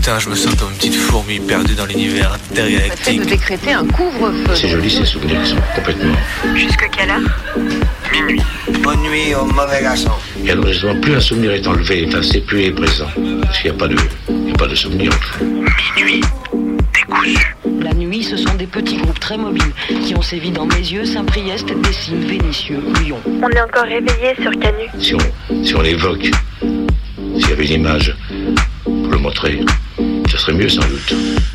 Putain, je me sens comme une petite fourmi perdue dans l'univers intergalactique. De décréter un couvre-feu. C'est joli ces souvenirs, ils sont complètement... Jusque quelle heure? Minuit. Bonne nuit au mauvais garçon. Et alors justement, plus un souvenir est enlevé, enfin c'est plus il est présent. Parce qu'il n'y a pas de souvenir. Minuit. Décousu. La nuit, ce sont des petits groupes très mobiles qui ont sévi dans Mézieux, Saint-Priest, Dessines, Vénissieux, Lyon. On est encore réveillé sur Canu. Si on l'évoque, s'il y avait une image pour le montrer, ce serait mieux sans doute.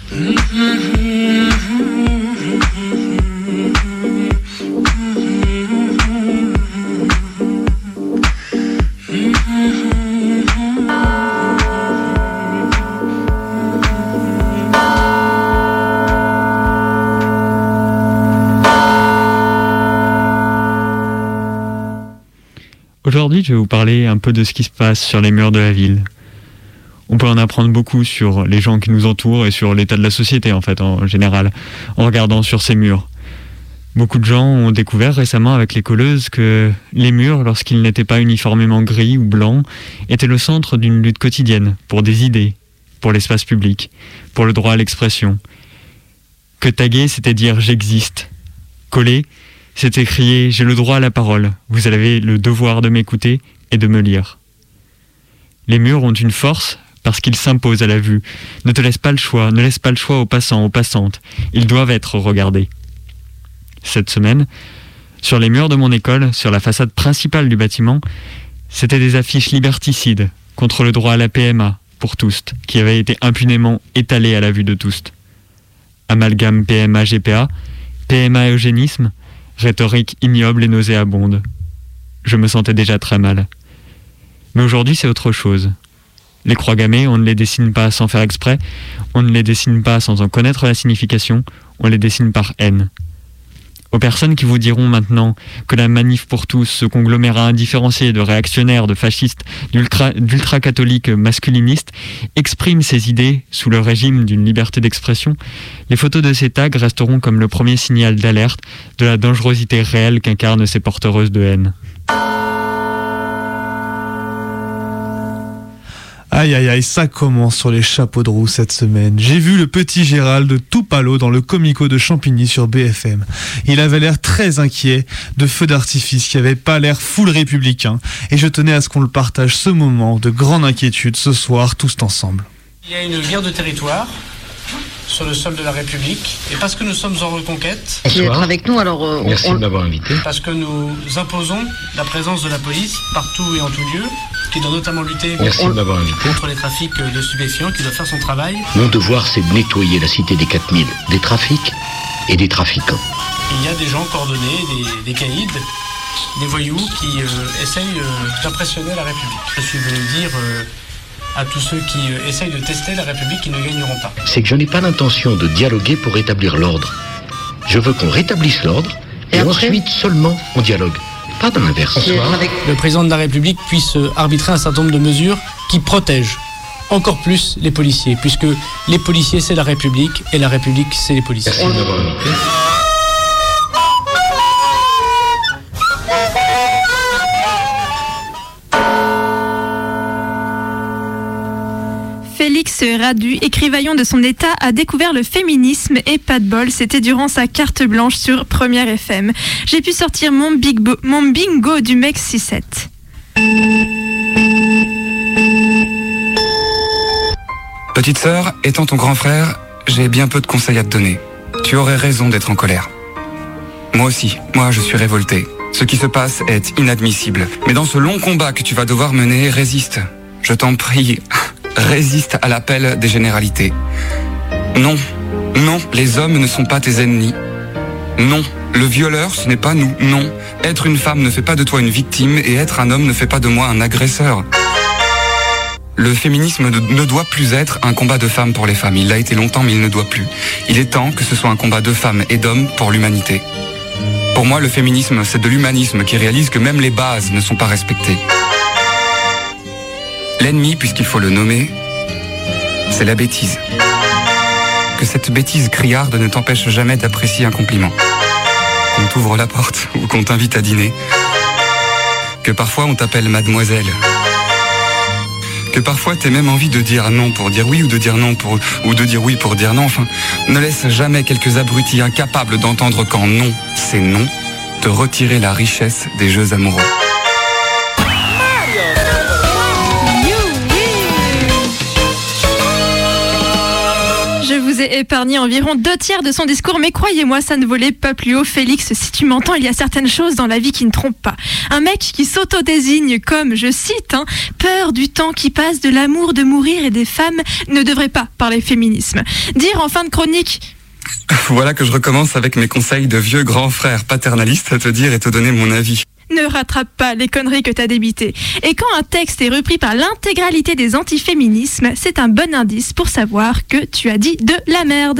Aujourd'hui, je vais vous parler un peu de ce qui se passe sur les murs de la ville. On peut en apprendre beaucoup sur les gens qui nous entourent et sur l'état de la société, en fait, en général, en regardant sur ces murs. Beaucoup de gens ont découvert récemment avec les colleuses que les murs, lorsqu'ils n'étaient pas uniformément gris ou blancs, étaient le centre d'une lutte quotidienne pour des idées, pour l'espace public, pour le droit à l'expression. Que taguer, c'était dire « j'existe ». Coller, c'était crier « j'ai le droit à la parole, vous avez le devoir de m'écouter et de me lire ». Les murs ont une force parce qu'ils s'imposent à la vue, ne laissent pas le choix aux passants, aux passantes. Ils doivent être regardés. Cette semaine, sur les murs de mon école, sur la façade principale du bâtiment, c'était des affiches liberticides contre le droit à la PMA pour tous, qui avaient été impunément étalées à la vue de tous. Amalgame PMA-GPA, PMA-eugénisme, rhétorique ignoble et nauséabonde. Je me sentais déjà très mal. Mais aujourd'hui, c'est autre chose. Les croix gammées, on ne les dessine pas sans faire exprès, on ne les dessine pas sans en connaître la signification, on les dessine par haine. Aux personnes qui vous diront maintenant que la manif pour tous, ce conglomérat indifférencié de réactionnaires, de fascistes, d'ultra-catholiques masculinistes, exprime ses idées sous le régime d'une liberté d'expression, les photos de ces tags resteront comme le premier signal d'alerte de la dangerosité réelle qu'incarnent ces porteuses de haine. Aïe aïe aïe, ça commence sur les chapeaux de roue cette semaine. J'ai vu le petit Gérald de Toupalo dans le Comico de Champigny sur BFM. Il avait l'air très inquiet de feux d'artifice qui avait pas l'air full républicain. Et je tenais à ce qu'on le partage ce moment de grande inquiétude ce soir tous ensemble. Il y a une guerre de territoire sur le sol de la République. Et parce que nous sommes en reconquête... Bonsoir. Avec nous, alors, merci de m'avoir invité. Parce que nous imposons la présence de la police partout et en tout lieu, qui doit notamment lutter contre les trafics de stupéfiants, qui doit faire son travail. Mon devoir, c'est de nettoyer la cité des 4000, des trafics et des trafiquants. Il y a des gens coordonnés, des caïds, des voyous qui essayent d'impressionner la République. Je suis venu dire à tous ceux qui essayent de tester la République qu'ils ne gagneront pas. C'est que je n'ai pas l'intention de dialoguer pour rétablir l'ordre. Je veux qu'on rétablisse l'ordre et ensuite seulement on dialogue. Pas dans l'inverse. Le président de la République puisse arbitrer un certain nombre de mesures qui protègent encore plus les policiers, puisque les policiers c'est la République et la République c'est les policiers. Merci de m'avoir invité. Félix Radu, écrivaillon de son état, a découvert le féminisme et pas de bol, c'était durant sa carte blanche sur Première FM. J'ai pu sortir mon bingo du mec 6-7. Petite sœur, étant ton grand frère, j'ai bien peu de conseils à te donner. Tu aurais raison d'être en colère. Moi aussi, je suis révolté. Ce qui se passe est inadmissible. Mais dans ce long combat que tu vas devoir mener, résiste. Je t'en prie, résiste à l'appel des généralités. Non, les hommes ne sont pas tes ennemis. Non, le violeur, ce n'est pas nous. Non, être une femme ne fait pas de toi une victime et être un homme ne fait pas de moi un agresseur. Le féminisme ne doit plus être un combat de femmes pour les femmes. Il l'a été longtemps, mais il ne doit plus. Il est temps que ce soit un combat de femmes et d'hommes pour l'humanité. Pour moi, le féminisme, c'est de l'humanisme qui réalise que même les bases ne sont pas respectées. L'ennemi, puisqu'il faut le nommer, c'est la bêtise. Que cette bêtise criarde ne t'empêche jamais d'apprécier un compliment. Qu'on t'ouvre la porte ou qu'on t'invite à dîner. Que parfois on t'appelle mademoiselle. que parfois t'aies même envie de dire non pour dire oui ou de dire non ou de dire oui pour dire non. Enfin, ne laisse jamais quelques abrutis incapables d'entendre quand non, c'est non, te retirer la richesse des jeux amoureux. Je vous ai épargné environ 2/3 de son discours, mais croyez-moi, ça ne volait pas plus haut. Félix, si tu m'entends, il y a certaines choses dans la vie qui ne trompent pas. Un mec qui s'auto-désigne comme, je cite, peur du temps qui passe, de l'amour de mourir et des femmes, ne devrait pas parler féminisme. Dire en fin de chronique... Voilà que je recommence avec mes conseils de vieux grand frère paternaliste à te dire et te donner mon avis. Ne rattrape pas les conneries que t'as débitées. Et quand un texte est repris par l'intégralité des antiféminismes, c'est un bon indice pour savoir que tu as dit de la merde.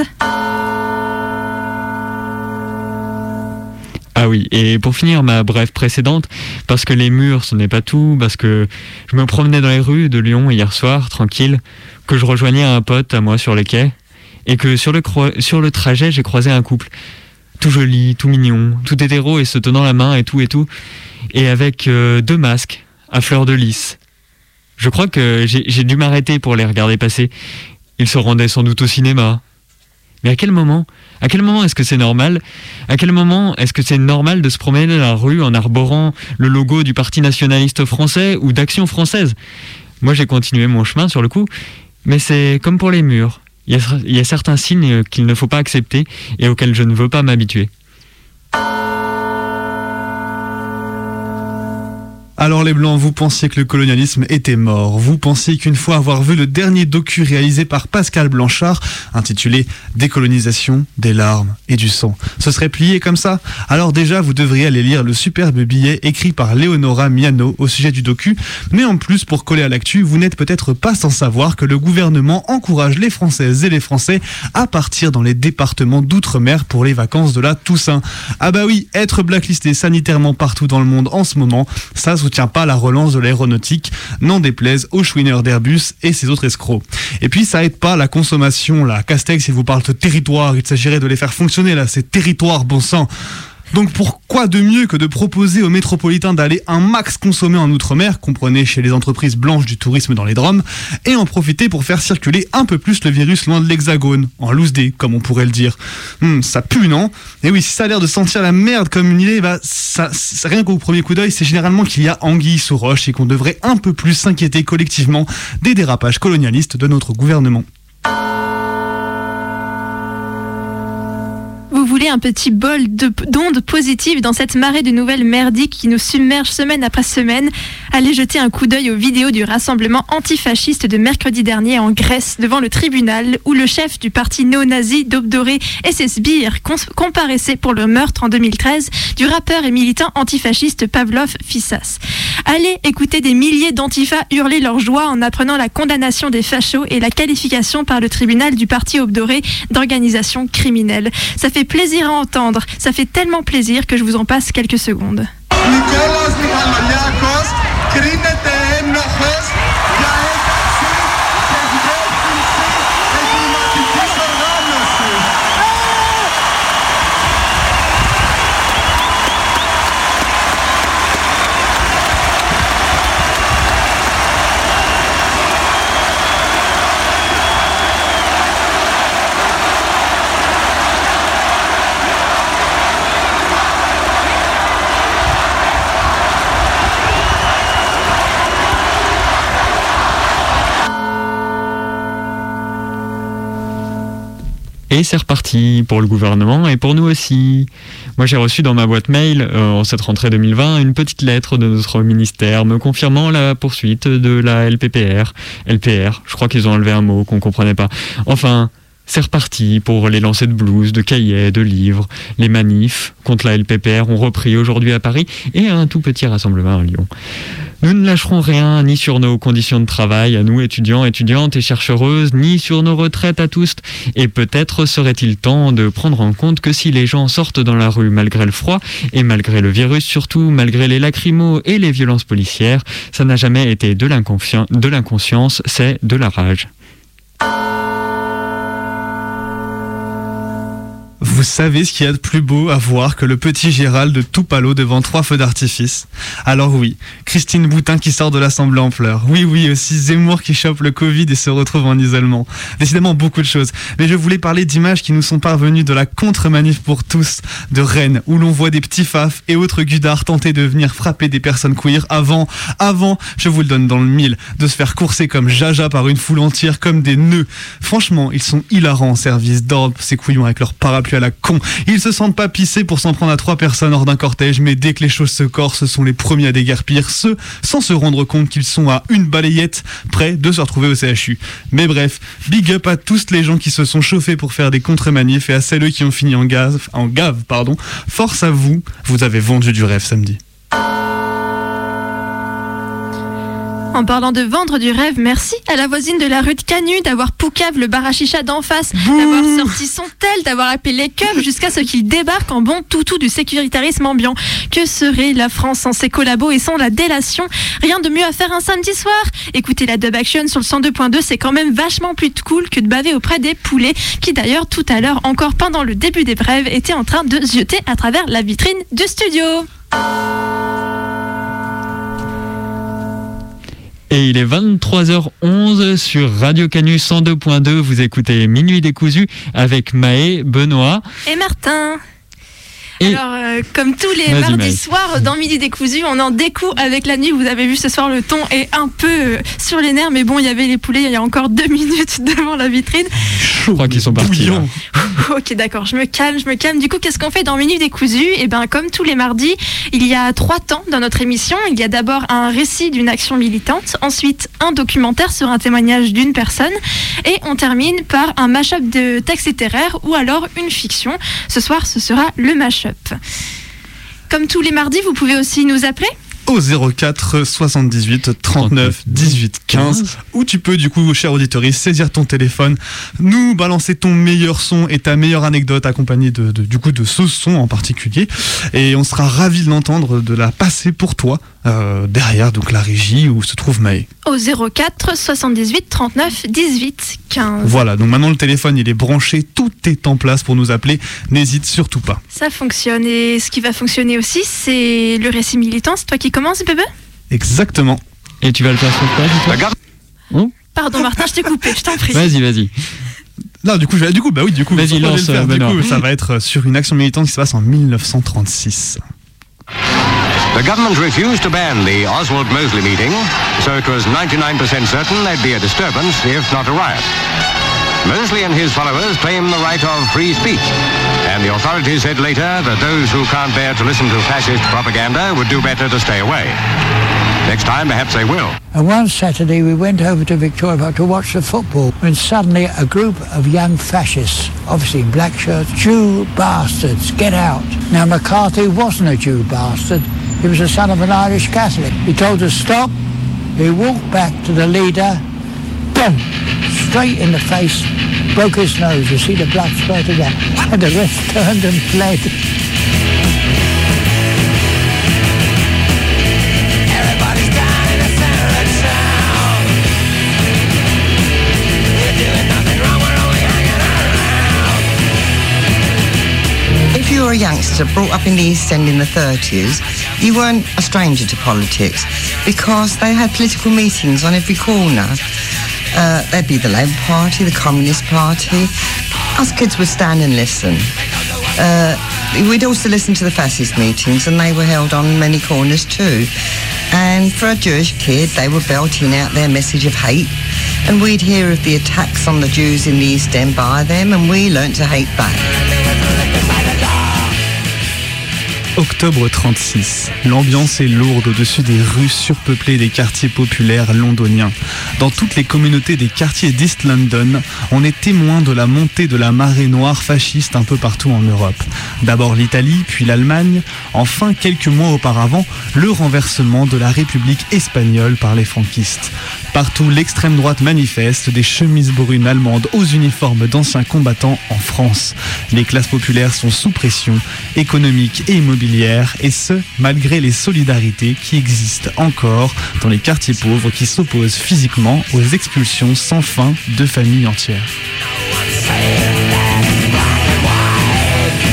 Ah oui, et pour finir ma brève précédente, parce que les murs ce n'est pas tout, parce que je me promenais dans les rues de Lyon hier soir, tranquille, que je rejoignais un pote à moi sur les quais, et que sur le trajet j'ai croisé un couple. Tout joli, tout mignon, tout hétéro et se tenant la main et tout, et avec 2 masques à fleur de lys. Je crois que j'ai dû m'arrêter pour les regarder passer. Ils se rendaient sans doute au cinéma. Mais à quel moment est-ce que c'est normal ? À quel moment est-ce que c'est normal de se promener dans la rue en arborant le logo du Parti nationaliste français ou d'Action française ? Moi j'ai continué mon chemin sur le coup, mais c'est comme pour les murs. Il y a certains signes qu'il ne faut pas accepter et auxquels je ne veux pas m'habituer. Alors les Blancs, vous pensiez que le colonialisme était mort. Vous pensiez qu'une fois avoir vu le dernier docu réalisé par Pascal Blanchard, intitulé « Décolonisation, des larmes et du sang », ce serait plié comme ça ? Alors déjà, vous devriez aller lire le superbe billet écrit par Léonora Miano au sujet du docu. Mais en plus, pour coller à l'actu, vous n'êtes peut-être pas sans savoir que le gouvernement encourage les Françaises et les Français à partir dans les départements d'outre-mer pour les vacances de la Toussaint. Ah bah oui, être blacklisté sanitairement partout dans le monde en ce moment, ça soutient pas la relance de l'aéronautique, n'en déplaise aux chouineurs d'Airbus et ses autres escrocs. Et puis ça aide pas la consommation, là. Castex, il vous parle de territoire, il s'agirait de les faire fonctionner, là, ces territoires, bon sang. Donc pourquoi de mieux que de proposer aux métropolitains d'aller un max consommer en Outre-mer, comprenez chez les entreprises blanches du tourisme dans les Drom, et en profiter pour faire circuler un peu plus le virus loin de l'Hexagone, en loose day, comme on pourrait le dire. Ça pue, non ? Et oui, si ça a l'air de sentir la merde comme une idée, bah ça rien qu'au premier coup d'œil, c'est généralement qu'il y a anguille sous roche et qu'on devrait un peu plus s'inquiéter collectivement des dérapages colonialistes de notre gouvernement. Vous voulez un petit bol d'ondes positives dans cette marée de nouvelles merdiques qui nous submerge semaine après semaine? Allez jeter un coup d'œil aux vidéos du rassemblement antifasciste de mercredi dernier en Grèce devant le tribunal où le chef du parti néo-nazi Dobdoré et ses sbires comparaissaient pour le meurtre en 2013 du rappeur et militant antifasciste Pavlov Fissas. Allez écouter des milliers d'antifas hurler leur joie en apprenant la condamnation des fachos et la qualification par le tribunal du parti Dobdoré d'organisation criminelle. Ça fait plaisir à entendre, ça fait tellement plaisir que je vous en passe quelques secondes. Et c'est reparti pour le gouvernement et pour nous aussi. Moi j'ai reçu dans ma boîte mail, en cette rentrée 2020, une petite lettre de notre ministère me confirmant la poursuite de la LPR, je crois qu'ils ont enlevé un mot qu'on comprenait pas. Enfin, c'est reparti pour les lancers de blouses, de cahiers, de livres. Les manifs contre la LPR ont repris aujourd'hui à Paris et un tout petit rassemblement à Lyon. Nous ne lâcherons rien, ni sur nos conditions de travail, à nous étudiants, étudiantes et chercheuses, ni sur nos retraites à tous. Et peut-être serait-il temps de prendre en compte que si les gens sortent dans la rue malgré le froid, et malgré le virus surtout, malgré les lacrymos et les violences policières, ça n'a jamais été de l'inconscience, c'est de la rage. savez ce qu'il y a de plus beau à voir que le petit Gérald de Tupalo devant 3 feux d'artifice? Alors oui, Christine Boutin qui sort de l'Assemblée en pleurs. Oui, aussi Zemmour qui chope le Covid et se retrouve en isolement. Décidément beaucoup de choses. Mais je voulais parler d'images qui nous sont parvenues de la contre-manif pour tous de Rennes, où l'on voit des petits faf et autres gudards tenter de venir frapper des personnes queer avant, je vous le donne dans le mille, de se faire courser comme jaja par une foule entière comme des nœuds. Franchement, ils sont hilarants en service d'ordre, ces couillons avec leur parapluie à la con. Ils se sentent pas pissés pour s'en prendre à 3 personnes hors d'un cortège, mais dès que les choses se corsent, ce sont les premiers à déguerpir, ceux sans se rendre compte qu'ils sont à une balayette près de se retrouver au CHU. Mais bref, big up à tous les gens qui se sont chauffés pour faire des contre-manifs et à celles qui ont fini en gave. Force à vous, vous avez vendu du rêve samedi. En parlant de vendre du rêve, merci à la voisine de la rue de Canu d'avoir poucave le bar à chicha d'en face, d'avoir sorti son tel, d'avoir appelé les keufs jusqu'à ce qu'il débarque en bon toutou du sécuritarisme ambiant. Que serait la France sans ses collabos et sans la délation? Rien de mieux à faire un samedi soir. Écoutez la Dub Action sur le 102.2, c'est quand même vachement plus cool que de baver auprès des poulets qui d'ailleurs tout à l'heure, encore pendant le début des brèves, étaient en train de zioter à travers la vitrine du studio. Et il est 23h11 sur Radio Canu 102.2. Vous écoutez Minuit décousu avec Maë, Benoît et Martin. Alors, comme tous les mardis soirs dans Midi décousu, on en découd avec la nuit. Vous avez vu ce soir, le ton est un peu sur les nerfs, mais bon, il y avait les poulets il y a encore 2 minutes devant la vitrine. Je crois qu'ils sont partis. Ok, d'accord, je me calme. Du coup, qu'est-ce qu'on fait dans Midi décousu? Eh bien, comme tous les mardis, il y a 3 temps dans notre émission. Il y a d'abord un récit d'une action militante, ensuite un documentaire sur un témoignage d'une personne, et on termine par un mash-up de textes littéraires ou alors une fiction. Ce soir, ce sera le mash-up. Comme tous les mardis, vous pouvez aussi nous appeler au 04 78 39 18 15, où tu peux du coup, cher auditoriste, saisir ton téléphone, nous balancer ton meilleur son et ta meilleure anecdote accompagnée de ce son en particulier, et on sera ravis de l'entendre, de la passer pour toi derrière donc la régie où se trouve Maë. Au 04 78 39 18 15. Voilà, donc maintenant le téléphone il est branché, tout est en place pour nous appeler, n'hésite surtout pas. Ça fonctionne, et ce qui va fonctionner aussi, c'est le récit militant. C'est toi qui commences, bébé? Exactement. Et tu vas le faire sur quoi? Pardon Martin, je t'ai coupé, je t'en prie. Vas-y. Non, du coup, vas-y, lance. Ça va être sur une action militante qui se passe en 1936. The government refused to ban the Oswald Mosley meeting, so it was 99% certain there'd be a disturbance, if not a riot. Mosley and his followers claim the right of free speech, and the authorities said later that those who can't bear to listen to fascist propaganda would do better to stay away. Next time, perhaps they will. And one Saturday we went over to Victoria Park to watch the football, when suddenly a group of young fascists, obviously in black shirts, Jew bastards, get out. Now McCarthy wasn't a Jew bastard, he was the son of an Irish Catholic. He told us stop, he walked back to the leader, boom, straight in the face, broke his nose, you see the blood spurting out, and the rest turned and fled. If you were a youngster brought up in the East End in the 30s, you weren't a stranger to politics because they had political meetings on every corner. There'd be the Labour Party, the Communist Party. Us kids would stand and listen. We'd also listen to the fascist meetings, and they were held on many corners too. And for a Jewish kid, they were belting out their message of hate. And we'd hear of the attacks on the Jews in the East End by them, and we learnt to hate back. Octobre 36. L'ambiance est lourde au-dessus des rues surpeuplées des quartiers populaires londoniens. Dans toutes les communautés des quartiers d'East London, on est témoin de la montée de la marée noire fasciste un peu partout en Europe. D'abord l'Italie, puis l'Allemagne, enfin quelques mois auparavant, le renversement de la République espagnole par les franquistes. Partout, l'extrême droite manifeste, des chemises brunes allemandes aux uniformes d'anciens combattants en France. Les classes populaires sont sous pression économique et immobilière, et ce, malgré les solidarités qui existent encore dans les quartiers pauvres qui s'opposent physiquement aux expulsions sans fin de familles entières.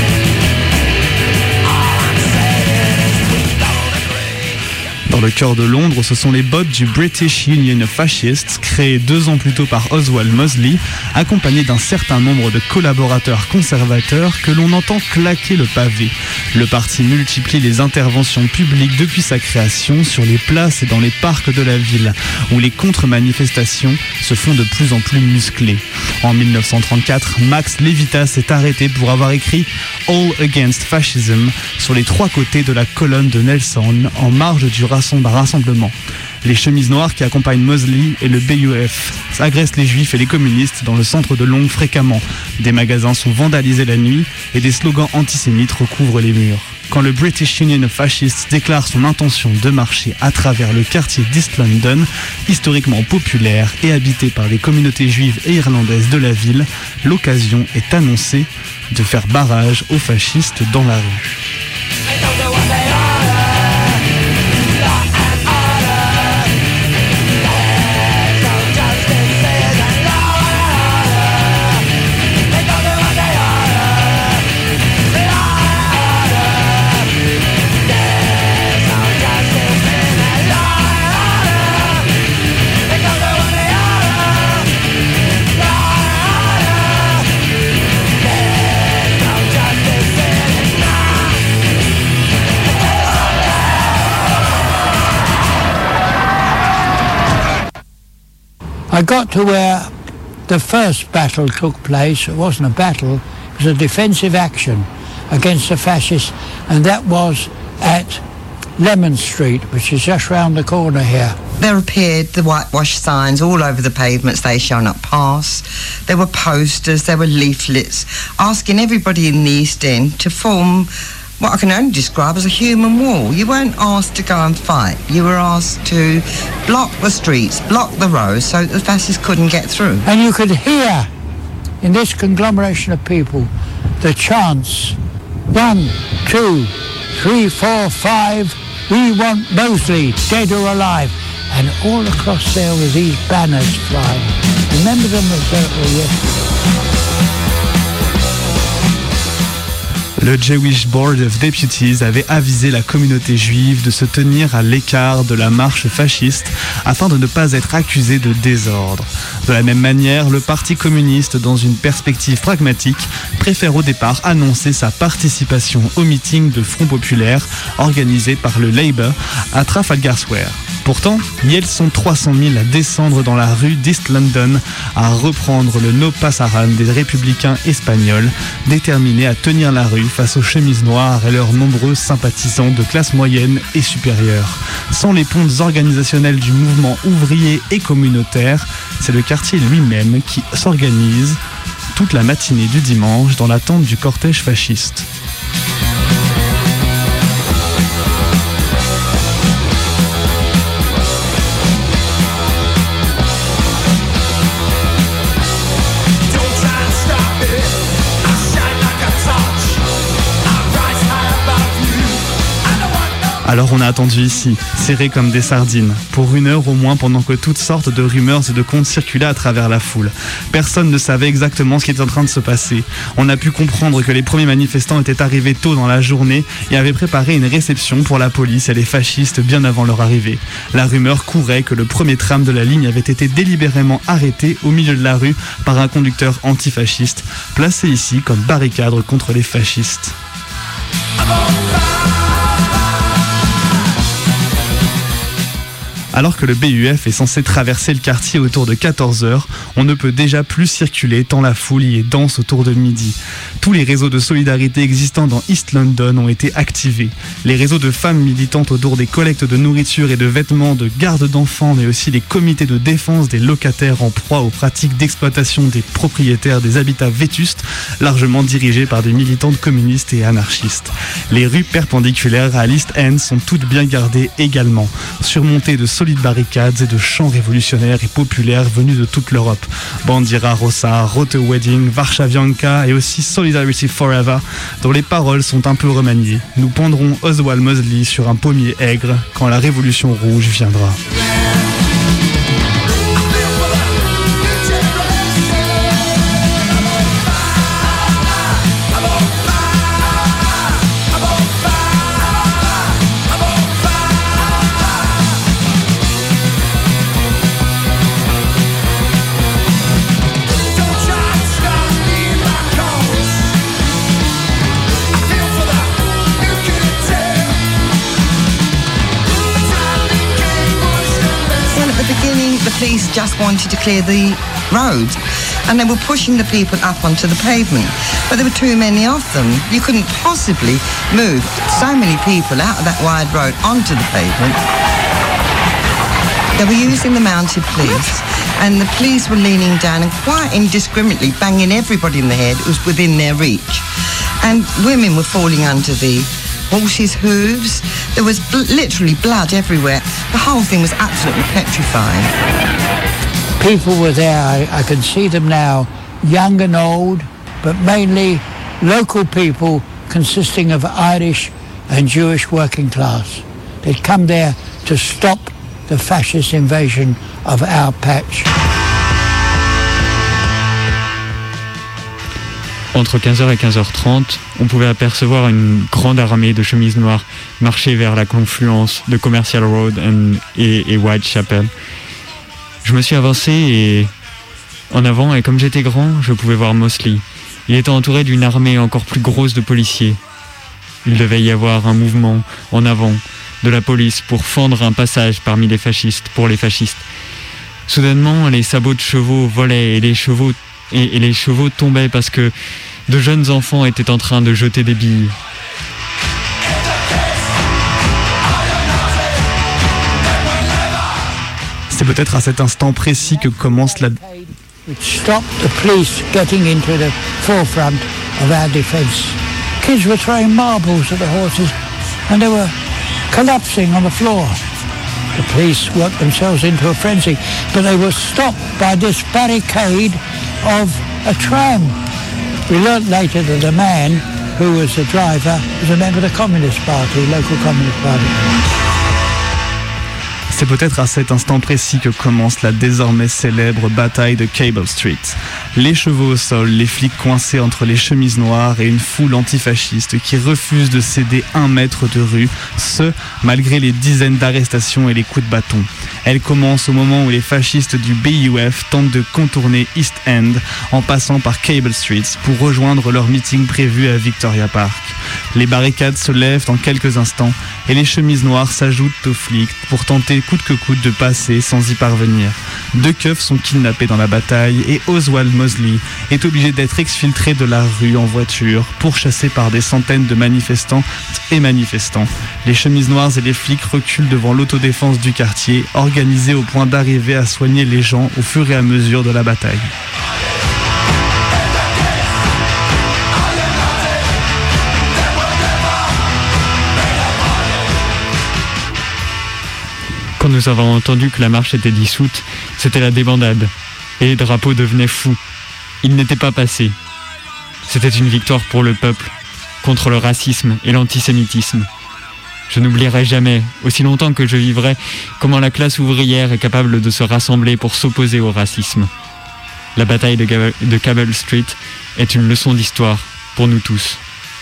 le cœur de Londres, ce sont les bottes du British Union of Fascists, créé 2 ans plus tôt par Oswald Mosley, accompagné d'un certain nombre de collaborateurs conservateurs que l'on entend claquer le pavé. Le parti multiplie les interventions publiques depuis sa création sur les places et dans les parcs de la ville, où les contre-manifestations se font de plus en plus musclées. En 1934, Max Levitas est arrêté pour avoir écrit « All Against Fascism » sur les 3 côtés de la colonne de Nelson, en marge du rassemblement. Les chemises noires qui accompagnent Mosley et le BUF agressent les juifs et les communistes dans le centre de Londres fréquemment. Des magasins sont vandalisés la nuit et des slogans antisémites recouvrent les murs. Quand le British Union of Fascists déclare son intention de marcher à travers le quartier d'East London, historiquement populaire et habité par les communautés juives et irlandaises de la ville, l'occasion est annoncée de faire barrage aux fascistes dans la rue. I got to where the first battle took place. It wasn't a battle, it was a defensive action against the fascists, and that was at Lemon Street, which is just round the corner here. There appeared the whitewash signs all over the pavements. They shall not pass. There were posters, there were leaflets asking everybody in the East End to form what I can only describe as a human wall. You weren't asked to go and fight. You were asked to block the streets, block the roads so that the fascists couldn't get through. And you could hear in this conglomeration of people the chants, 1, 2, 3, 4, 5, we want Mosley, dead or alive. And all across there were these banners flying. Remember them as though it were yesterday. Le Jewish Board of Deputies avait avisé la communauté juive de se tenir à l'écart de la marche fasciste afin de ne pas être accusé de désordre. De la même manière, le Parti communiste, dans une perspective pragmatique, préfère au départ annoncer sa participation au meeting de Front Populaire organisé par le Labour à Trafalgar Square. Pourtant, ils sont 300 000 à descendre dans la rue d'East London à reprendre le No Pasaran des républicains espagnols, déterminés à tenir la rue face aux chemises noires et leurs nombreux sympathisants de classe moyenne et supérieure. Sans les pontes organisationnelles du mouvement ouvrier et communautaire, c'est le quartier lui-même qui s'organise toute la matinée du dimanche dans l'attente du cortège fasciste. Alors on a attendu ici, serré comme des sardines, pour 1 heure au moins pendant que toutes sortes de rumeurs et de contes circulaient à travers la foule. Personne ne savait exactement ce qui était en train de se passer. On a pu comprendre que les premiers manifestants étaient arrivés tôt dans la journée et avaient préparé une réception pour la police et les fascistes bien avant leur arrivée. La rumeur courait que le premier tram de la ligne avait été délibérément arrêté au milieu de la rue par un conducteur antifasciste, placé ici comme barricade contre les fascistes. Alors que le BUF est censé traverser le quartier autour de 14h, on ne peut déjà plus circuler tant la foule y est dense autour de midi. Tous les réseaux de solidarité existants dans East London ont été activés. Les réseaux de femmes militantes autour des collectes de nourriture et de vêtements, de garde d'enfants, mais aussi les comités de défense des locataires en proie aux pratiques d'exploitation des propriétaires des habitats vétustes, largement dirigés par des militantes communistes et anarchistes. Les rues perpendiculaires à l'East End sont toutes bien gardées également, surmontées de solides barricades et de chants révolutionnaires et populaires venus de toute l'Europe. Bandera Rossa, Rote Wedding, Varszawianka et aussi Solidarity Forever, dont les paroles sont un peu remaniées. Nous pendrons Oswald Mosley sur un pommier aigre quand la révolution rouge viendra. the beginning, the police just wanted to clear the roads and they were pushing the people up onto the pavement. But there were too many of them. You couldn't possibly move so many people out of that wide road onto the pavement. They were using the mounted police and the police were leaning down and quite indiscriminately banging everybody in the head who was within their reach. And women were falling under the horses' hooves. There was literally blood everywhere. The whole thing was absolutely petrifying. People were there, I can see them now, young and old, but mainly local people consisting of Irish and Jewish working class. They'd come there to stop the fascist invasion of our patch. Entre 15h et 15h30, on pouvait apercevoir une grande armée de chemises noires marcher vers la confluence de Commercial Road et Whitechapel. Je me suis avancé en avant et comme j'étais grand, je pouvais voir Mosley. Il était entouré d'une armée encore plus grosse de policiers. Il devait y avoir un mouvement en avant de la police pour fendre un passage parmi les fascistes, pour les fascistes. Soudainement, les sabots de chevaux volaient et les chevaux tombaient parce que de jeunes enfants étaient en train de jeter des billes. C'est peut-être à cet instant précis que commence la... Stop the police getting into the forefront of our defence. Kids were throwing marbles at the horses and they were collapsing on the floor. The police worked themselves into a frenzy, but they were stopped by this barricade of a tram. We learnt later that the man who was the driver was a member of the Communist Party, local Communist Party. C'est peut-être à cet instant précis que commence la désormais célèbre bataille de Cable Street. Les chevaux au sol, les flics coincés entre les chemises noires et une foule antifasciste qui refuse de céder 1 mètre de rue, ce, malgré les dizaines d'arrestations et les coups de bâton. Elle commence au moment où les fascistes du BUF tentent de contourner East End en passant par Cable Street pour rejoindre leur meeting prévu à Victoria Park. Les barricades se lèvent en quelques instants et les chemises noires s'ajoutent aux flics pour tenter coûte que coûte de passer sans y parvenir. 2 keufs sont kidnappés dans la bataille et Oswald Mosley est obligé d'être exfiltré de la rue en voiture, pourchassé par des centaines de manifestantes et manifestants. Les chemises noires et les flics reculent devant l'autodéfense du quartier, organisée au point d'arriver à soigner les gens au fur et à mesure de la bataille. Quand nous avons entendu que la marche était dissoute, c'était la débandade. Et les drapeaux devenaient fous. Ils n'étaient pas passés. C'était une victoire pour le peuple, contre le racisme et l'antisémitisme. Je n'oublierai jamais, aussi longtemps que je vivrai, comment la classe ouvrière est capable de se rassembler pour s'opposer au racisme. La bataille de Cable Street est une leçon d'histoire pour nous tous.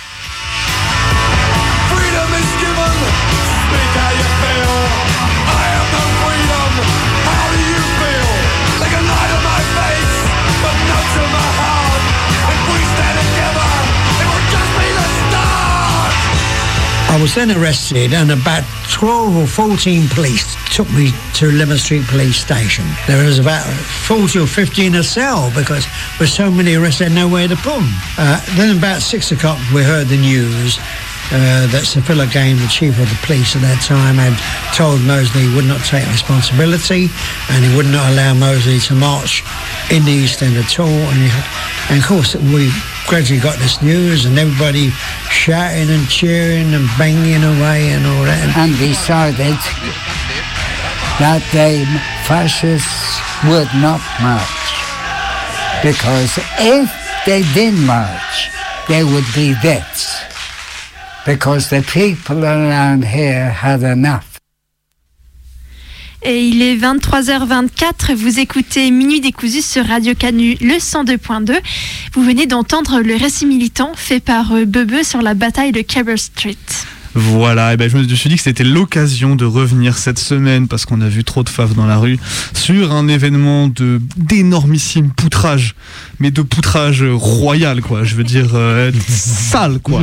I was then arrested and about 12 or 14 police took me to Limmer Street Police Station. There was about 40 or 50 in a cell because with so many arrests they had nowhere to put them. Then about 6 o'clock we heard the news that Sir Philip Game, the chief of the police at that time, had told Mosley he would not take responsibility and he would not allow Mosley to march in the East End at all. And of course we gradually got this news and everybody shouting and cheering and banging away and all that. And decided that the fascists would not march, because if they did march, there would be deaths, because the people around here had enough. Et il est 23h24, vous écoutez Minuit décousu sur Radio Canu, le 102.2. Vous venez d'entendre le récit militant fait par Bebe sur la bataille de Cable Street. Voilà, et ben je me suis dit que c'était l'occasion de revenir cette semaine, parce qu'on a vu trop de faves dans la rue, sur un événement d'énormissime poutrage, mais de poutrage royal, quoi. Je veux dire, sale, quoi.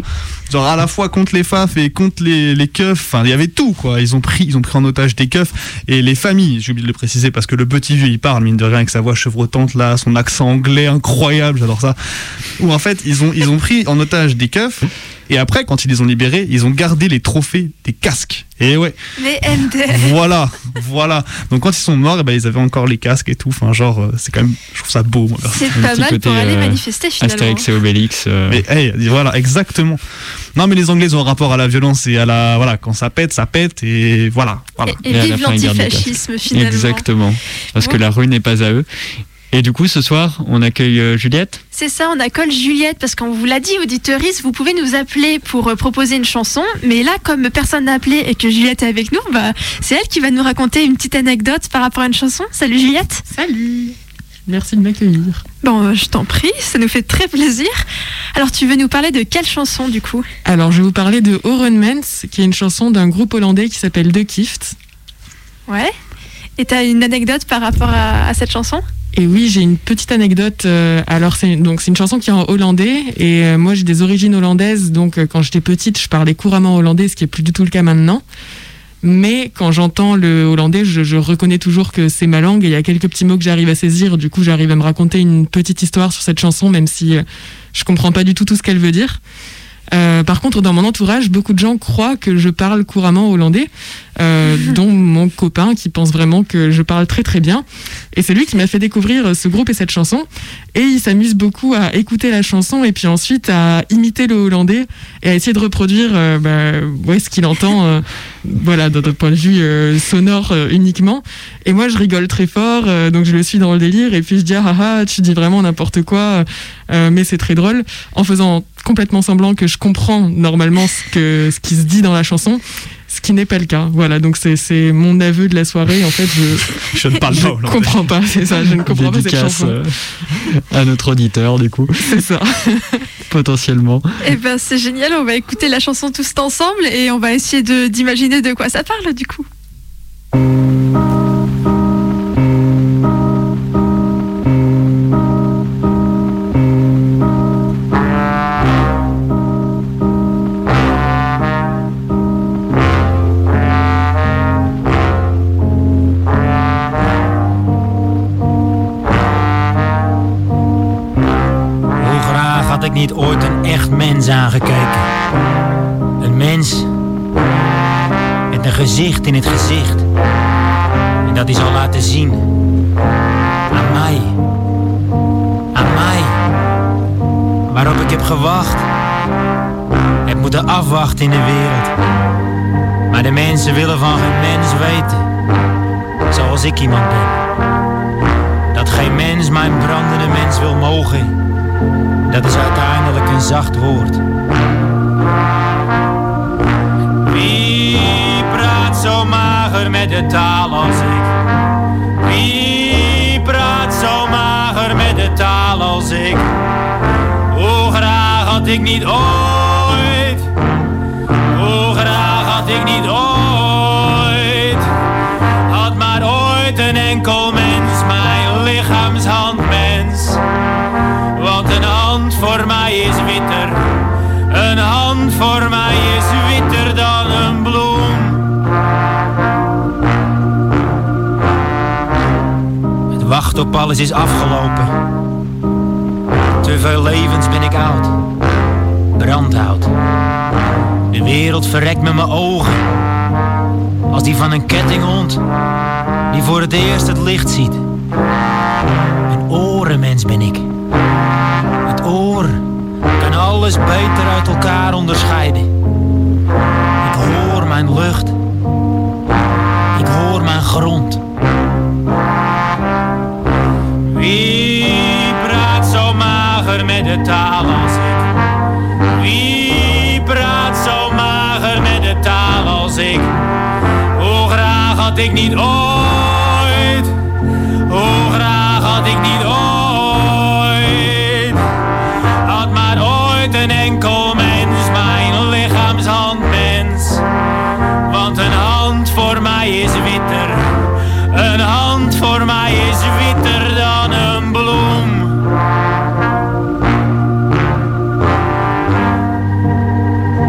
Genre à la fois contre les FAF et contre les keufs, enfin il y avait tout quoi. Ils ont pris en otage des keufs et les familles, j'ai oublié de le préciser parce que le petit vieux il parle mine de rien avec sa voix chevrotante là, son accent anglais incroyable, j'adore ça. Où en fait ils ont pris en otage des keufs et après quand ils les ont libérés, ils ont gardé les trophées des casques. Et ouais. Les MDR. Voilà. Donc quand ils sont morts, ils avaient encore les casques et tout. Enfin genre c'est quand même, je trouve ça beau. Moi. C'est pas mal côté, pour aller manifester finalement. Astérix et Obélix. Mais voilà, exactement. Non mais les Anglais ont un rapport à la violence et à la quand ça pète et voilà. Et vive l'antifascisme finalement. Exactement. Parce que la rue n'est pas à eux. Et du coup, ce soir, on accueille Juliette. C'est ça, on accueille Juliette parce qu'on vous l'a dit, auditeuristes, vous pouvez nous appeler pour proposer une chanson. Mais là, comme personne n'a appelé et que Juliette est avec nous, c'est elle qui va nous raconter une petite anecdote par rapport à une chanson. Salut Juliette. Salut. Merci de m'accueillir. Bon, je t'en prie, ça nous fait très plaisir. Alors, tu veux nous parler de quelle chanson du coup ? Alors, je vais vous parler de Oren Mens, qui est une chanson d'un groupe hollandais qui s'appelle De Kift. Ouais. Et t'as une anecdote par rapport à cette chanson ? Et oui, j'ai une petite anecdote. Alors, c'est une chanson qui est en hollandais. Et moi, j'ai des origines hollandaises. Donc, quand j'étais petite, je parlais couramment hollandais, ce qui n'est plus du tout le cas maintenant. Mais quand j'entends le hollandais, je reconnais toujours que c'est ma langue. Et il y a quelques petits mots que j'arrive à saisir. Du coup, j'arrive à me raconter une petite histoire sur cette chanson, même si je ne comprends pas du tout ce qu'elle veut dire. Par contre, dans mon entourage, beaucoup de gens croient que je parle couramment hollandais, dont mon copain qui pense vraiment que je parle très très bien. Et c'est lui qui m'a fait découvrir ce groupe et cette chanson. Et il s'amuse beaucoup à écouter la chanson et puis ensuite à imiter le hollandais et à essayer de reproduire ce qu'il entend d'un point de vue sonore uniquement. Et moi, je rigole très fort, donc je le suis dans le délire. Et puis je dis « Ah, tu dis vraiment n'importe quoi, mais c'est très drôle », en faisant complètement semblant que je comprends normalement ce qui se dit dans la chanson, ce qui n'est pas le cas. Voilà, donc c'est mon aveu de la soirée. En fait, je ne parle pas hollandais. Je comprends pas, c'est ça, je ne comprends pas cette chanson. À notre auditeur, du coup. C'est ça. Potentiellement. Eh ben, c'est génial, on va écouter la chanson tous ensemble et on va essayer d'imaginer de quoi ça parle, du coup. Niet ooit een echt mens aangekeken. Een mens met een gezicht in het gezicht. En dat is al laten zien. Aan mij. Aan mij. Waarop ik heb gewacht. Heb moeten afwachten in de wereld. Maar de mensen willen van geen mens weten. Zoals ik iemand ben. Dat geen mens mijn brandende mens wil mogen. Dat is uiteindelijk een zacht woord. Wie praat zo mager met de taal als ik? Wie praat zo mager met de taal als ik? Hoe graag had ik niet ooit? Hoe graag had ik niet ooit? Had maar ooit een enkel mens, mijn lichaamshandmens. Want een hand voor mij is witter. Een hand voor mij is witter dan een bloem. Het wachten op alles is afgelopen. Te veel levens ben ik oud. Brandhout. De wereld verrekt met mijn ogen. Als die van een kettinghond. Die voor het eerst het licht ziet. Een orenmens ben ik. Het oor kan alles beter uit elkaar onderscheiden. Ik hoor mijn lucht. Ik hoor mijn grond. Wie praat zo mager met de taal als ik? Wie praat zo mager met de taal als ik? Hoe graag had ik niet ooit? Hoe graag had ik niet ooit? Had maar ooit een enkel mens, mijn lichaamshandmens. Want een hand voor mij is witter. Een hand voor mij is witter dan een bloem.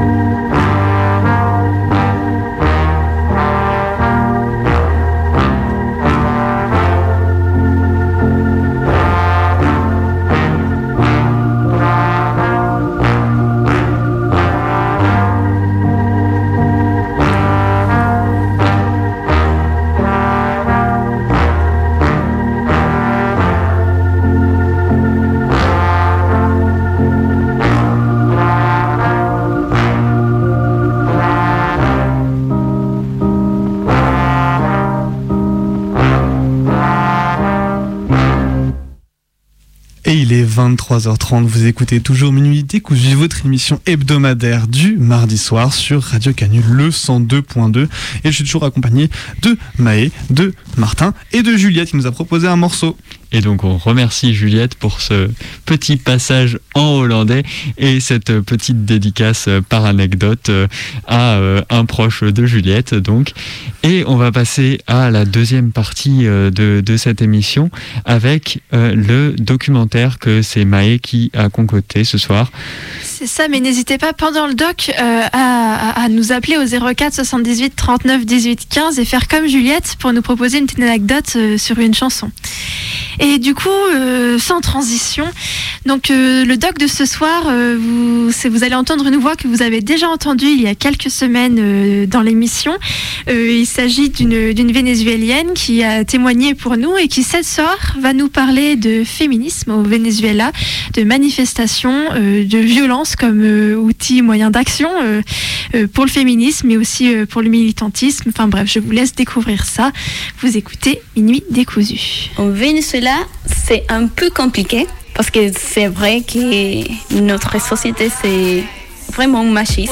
Et il est 23h30, vous écoutez toujours Minuit Décousu, votre émission hebdomadaire du mardi soir sur Radio Canu, le 102.2. Et je suis toujours accompagné de Maë, de Martin et de Juliette qui nous a proposé un morceau. Et donc on remercie Juliette pour ce petit passage en hollandais et cette petite dédicace par anecdote à un proche de Juliette. Donc. Et on va passer à la deuxième partie de cette émission avec le documentaire que c'est Maë qui a concocté ce soir. C'est ça, mais n'hésitez pas pendant le doc à nous appeler au 04 78 39 18 15 et faire comme Juliette pour nous proposer une petite anecdote sur une chanson. Et du coup, sans transition, donc le doc de ce soir, vous allez entendre une voix que vous avez déjà entendue il y a quelques semaines dans l'émission. Il s'agit d'une Vénézuélienne qui a témoigné pour nous et qui, cette soir, va nous parler de féminisme au Venezuela, de manifestations, de violence comme outil, moyen d'action pour le féminisme, mais aussi pour le militantisme. Enfin bref, je vous laisse découvrir ça. Vous écoutez Minuit Décousu. Au Venezuela, c'est un peu compliqué parce que c'est vrai que notre société, c'est vraiment machiste.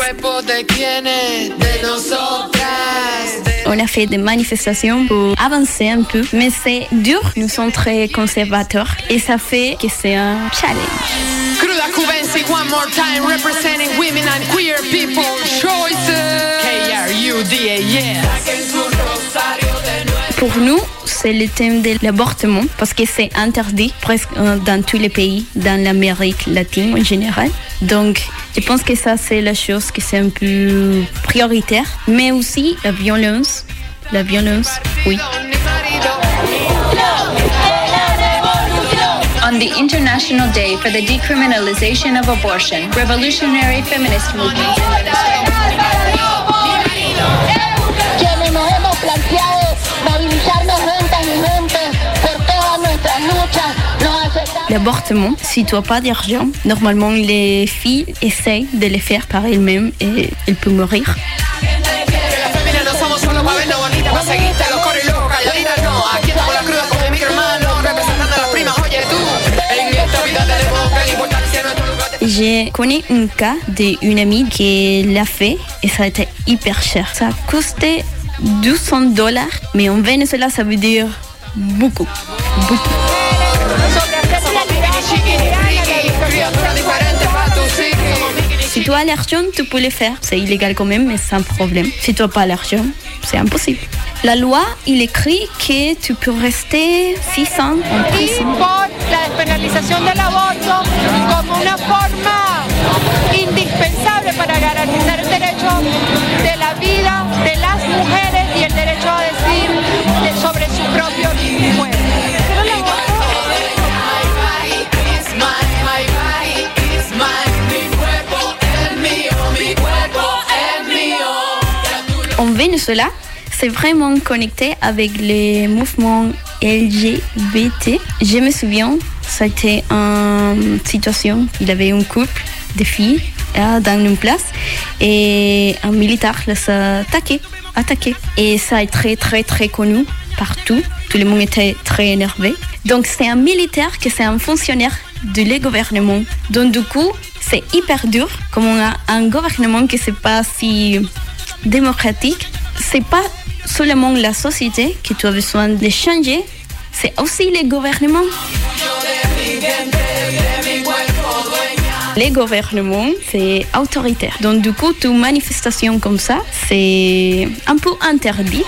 On a fait des manifestations pour avancer un peu, mais c'est dur. Nous sommes très conservateurs et ça fait que c'est un challenge. Cruda Cubensi, one more time, representing women and queer people choices. KRUDA, yeah. Pour nous, c'est le thème de l'avortement parce que c'est interdit presque dans tous les pays, dans l'Amérique latine en général. Donc, je pense que ça, c'est la chose qui est un peu prioritaire. Mais aussi la violence, oui. On the International Day for the Decriminalization of Abortion, revolutionary feminist movements in Venezuela. Quienes nos hemos planteado movilizarnos juntas y juntos por todas nuestras luchas, nos aceptamos. L'avortement, si tu n'as pas d'argent, normalement les filles essayent de le faire par elles-mêmes et elles peuvent mourir. J'ai connu un cas d'une amie qui l'a fait et ça a été hyper cher. Ça a coûté $200, mais en Venezuela, ça veut dire beaucoup. Si tu as l'argent, tu peux le faire. C'est illégal quand même, mais sans problème. Si tu n'as pas l'argent, c'est impossible. La loi, il écrit que tu peux rester 6 ans en prison. Por la despenalización del aborto como una forma indispensable para garantizar el derecho de la vida de las mujeres y el derecho a decidir sobre su propio cuerpo. En Venezuela, c'est vraiment connecté avec les mouvements LGBT. Je me souviens, c'était une situation, il y avait un couple de filles dans une place et un militaire les a attaqué. Et ça est très très très connu partout, tout le monde était très énervé. Donc c'est un militaire qui c'est un fonctionnaire du gouvernement. Donc du coup, c'est hyper dur, comme on a un gouvernement qui n'est pas si démocratique. C'est pas seulement la société que tu as besoin de changer, c'est aussi les gouvernements. Les gouvernements, c'est autoritaire. Donc du coup, toute manifestation comme ça, c'est un peu interdit.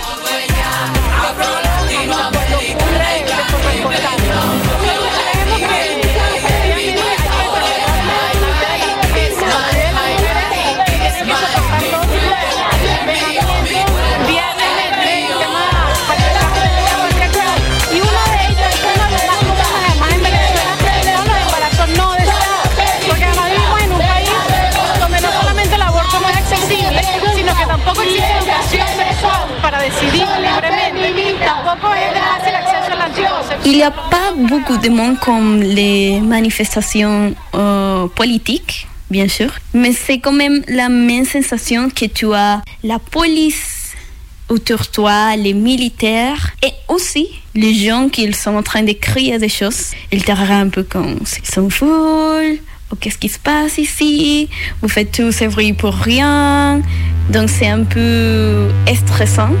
Il n'y a pas beaucoup de monde comme les manifestations politiques, bien sûr, mais c'est quand même la même sensation que tu as la police autour de toi, les militaires et aussi les gens qui sont en train de crier des choses. Ils te regardent un peu comme s'ils sont fous. Oh, qu'est-ce qui se passe ici? Vous faites tout ce bruit pour rien. Donc c'est un peu stressant.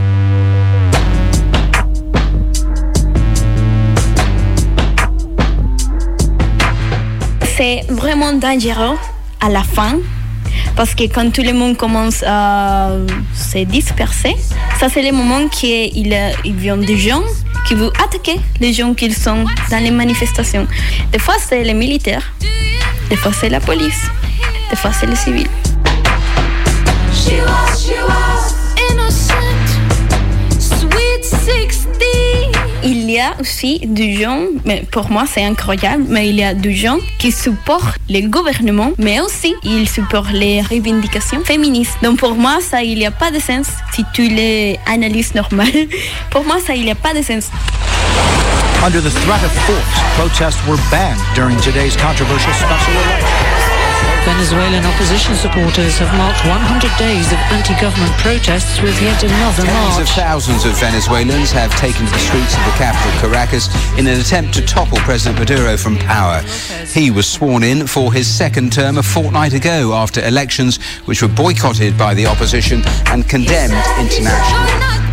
C'est vraiment dangereux à la fin. Parce que quand tout le monde commence à se disperser, ça c'est le moment qu'il vient des gens qui veulent attaquer les gens qui sont dans les manifestations. Des fois c'est les militaires, des fois c'est la police, des fois c'est les civils. Il y a aussi des gens, mais pour moi c'est incroyable, mais il y a des gens qui supportent le gouvernement, mais aussi ils supportent les revendications féministes. Donc pour moi ça il n'y a pas de sens. Si tu les analyses normal, pour moi ça il n'y a pas de sens. Under the threat of force, protests were banned during today's controversial special election. Venezuelan opposition supporters have marked 100 days of anti-government protests with yet another march. Tens of thousands of Venezuelans have taken to the streets of the capital, Caracas, in an attempt to topple President Maduro from power. He was sworn in for his second term a fortnight ago after elections which were boycotted by the opposition and condemned internationally.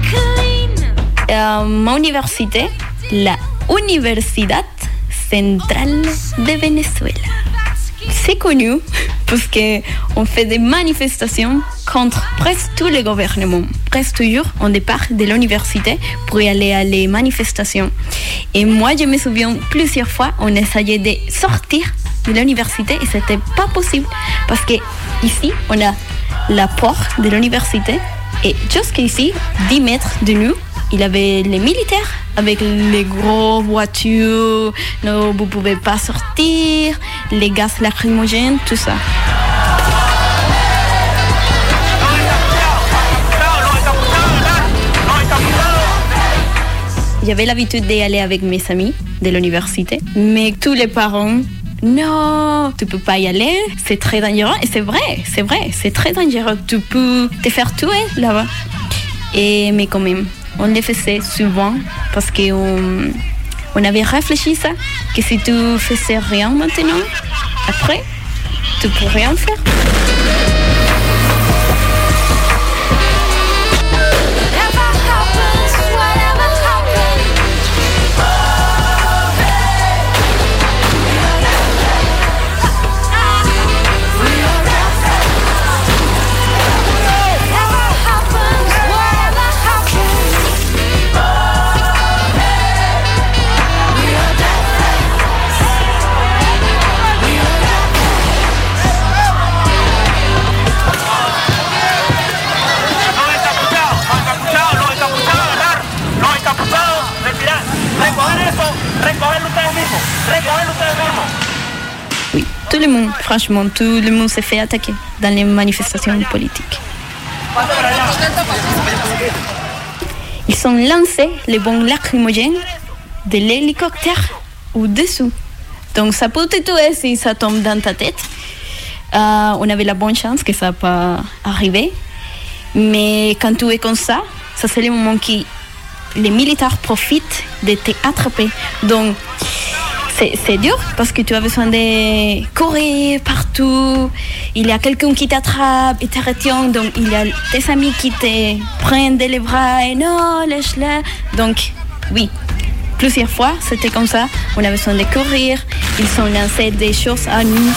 Ma université, la Universidad Central de Venezuela. C'est connu parce qu'on fait des manifestations contre presque tous les gouvernements. Presque toujours, on départ de l'université pour y aller à les manifestations. Et moi, je me souviens plusieurs fois, on essayait de sortir de l'université et c'était pas possible. Parce que ici, on a la porte de l'université et jusqu'ici, 10 mètres de nous, il y avait les militaires avec les grosses voitures, non, vous ne pouvez pas sortir, les gaz lacrymogènes, tout ça. J'avais l'habitude d'y aller avec mes amis de l'université, mais tous les parents, non, tu ne peux pas y aller, c'est très dangereux. Et c'est vrai, c'est très dangereux, tu peux te faire tuer là-bas. Mais quand même, on le faisait souvent parce qu'on avait réfléchi ça, que si tu faisais rien maintenant, après, tu peux rien faire. Oui, tout le monde, franchement, tout le monde s'est fait attaquer dans les manifestations politiques. Ils ont lancé les bombes lacrymogènes de l'hélicoptère au-dessous. Donc ça peut te tuer si ça tombe dans ta tête. On avait la bonne chance que ça n'a pas arrivé. Mais quand tu es comme ça, ça c'est le moment que les militaires profitent de t'attraper. Donc c'est dur parce que tu as besoin de courir partout. Il y a quelqu'un qui t'attrape et te retient. Donc il y a tes amis qui te prennent les bras et non, lâche-la. Donc oui, plusieurs fois c'était comme ça. On a besoin de courir. Ils ont lancé des choses à nous.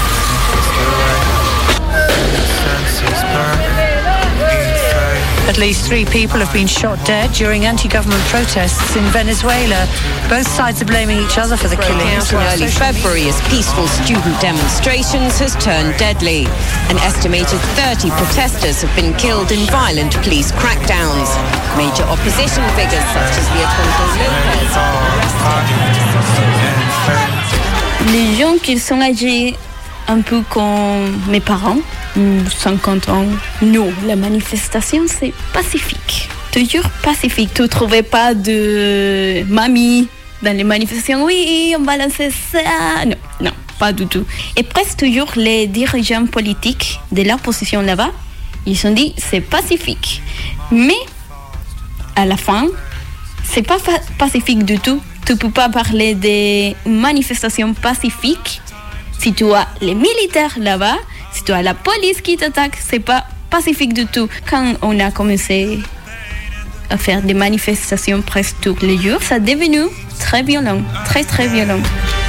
At least 3 people have been shot dead during anti-government protests in Venezuela. Both sides are blaming each other for the killings. In early February as peaceful student demonstrations has turned deadly. An estimated 30 protesters have been killed in violent police crackdowns. Major opposition figures such as Leopoldo Lopez. Les gens qui sont âgés un peu comme mes parents, 50 ans. Non, la manifestation, c'est pacifique. Toujours pacifique. Tu ne trouvais pas de mamie dans les manifestations. Oui, on va lancer ça. Non, non, pas du tout. Et presque toujours, les dirigeants politiques de l'opposition là-bas, ils ont dit c'est pacifique. Mais à la fin, c'est pas pacifique du tout. Tu peux pas parler de manifestations pacifiques si tu as les militaires là-bas, si tu as la police qui t'attaque, c'est pas pacifique du tout. Quand on a commencé à faire des manifestations presque tous les jours, ça est devenu très violent, très très violent.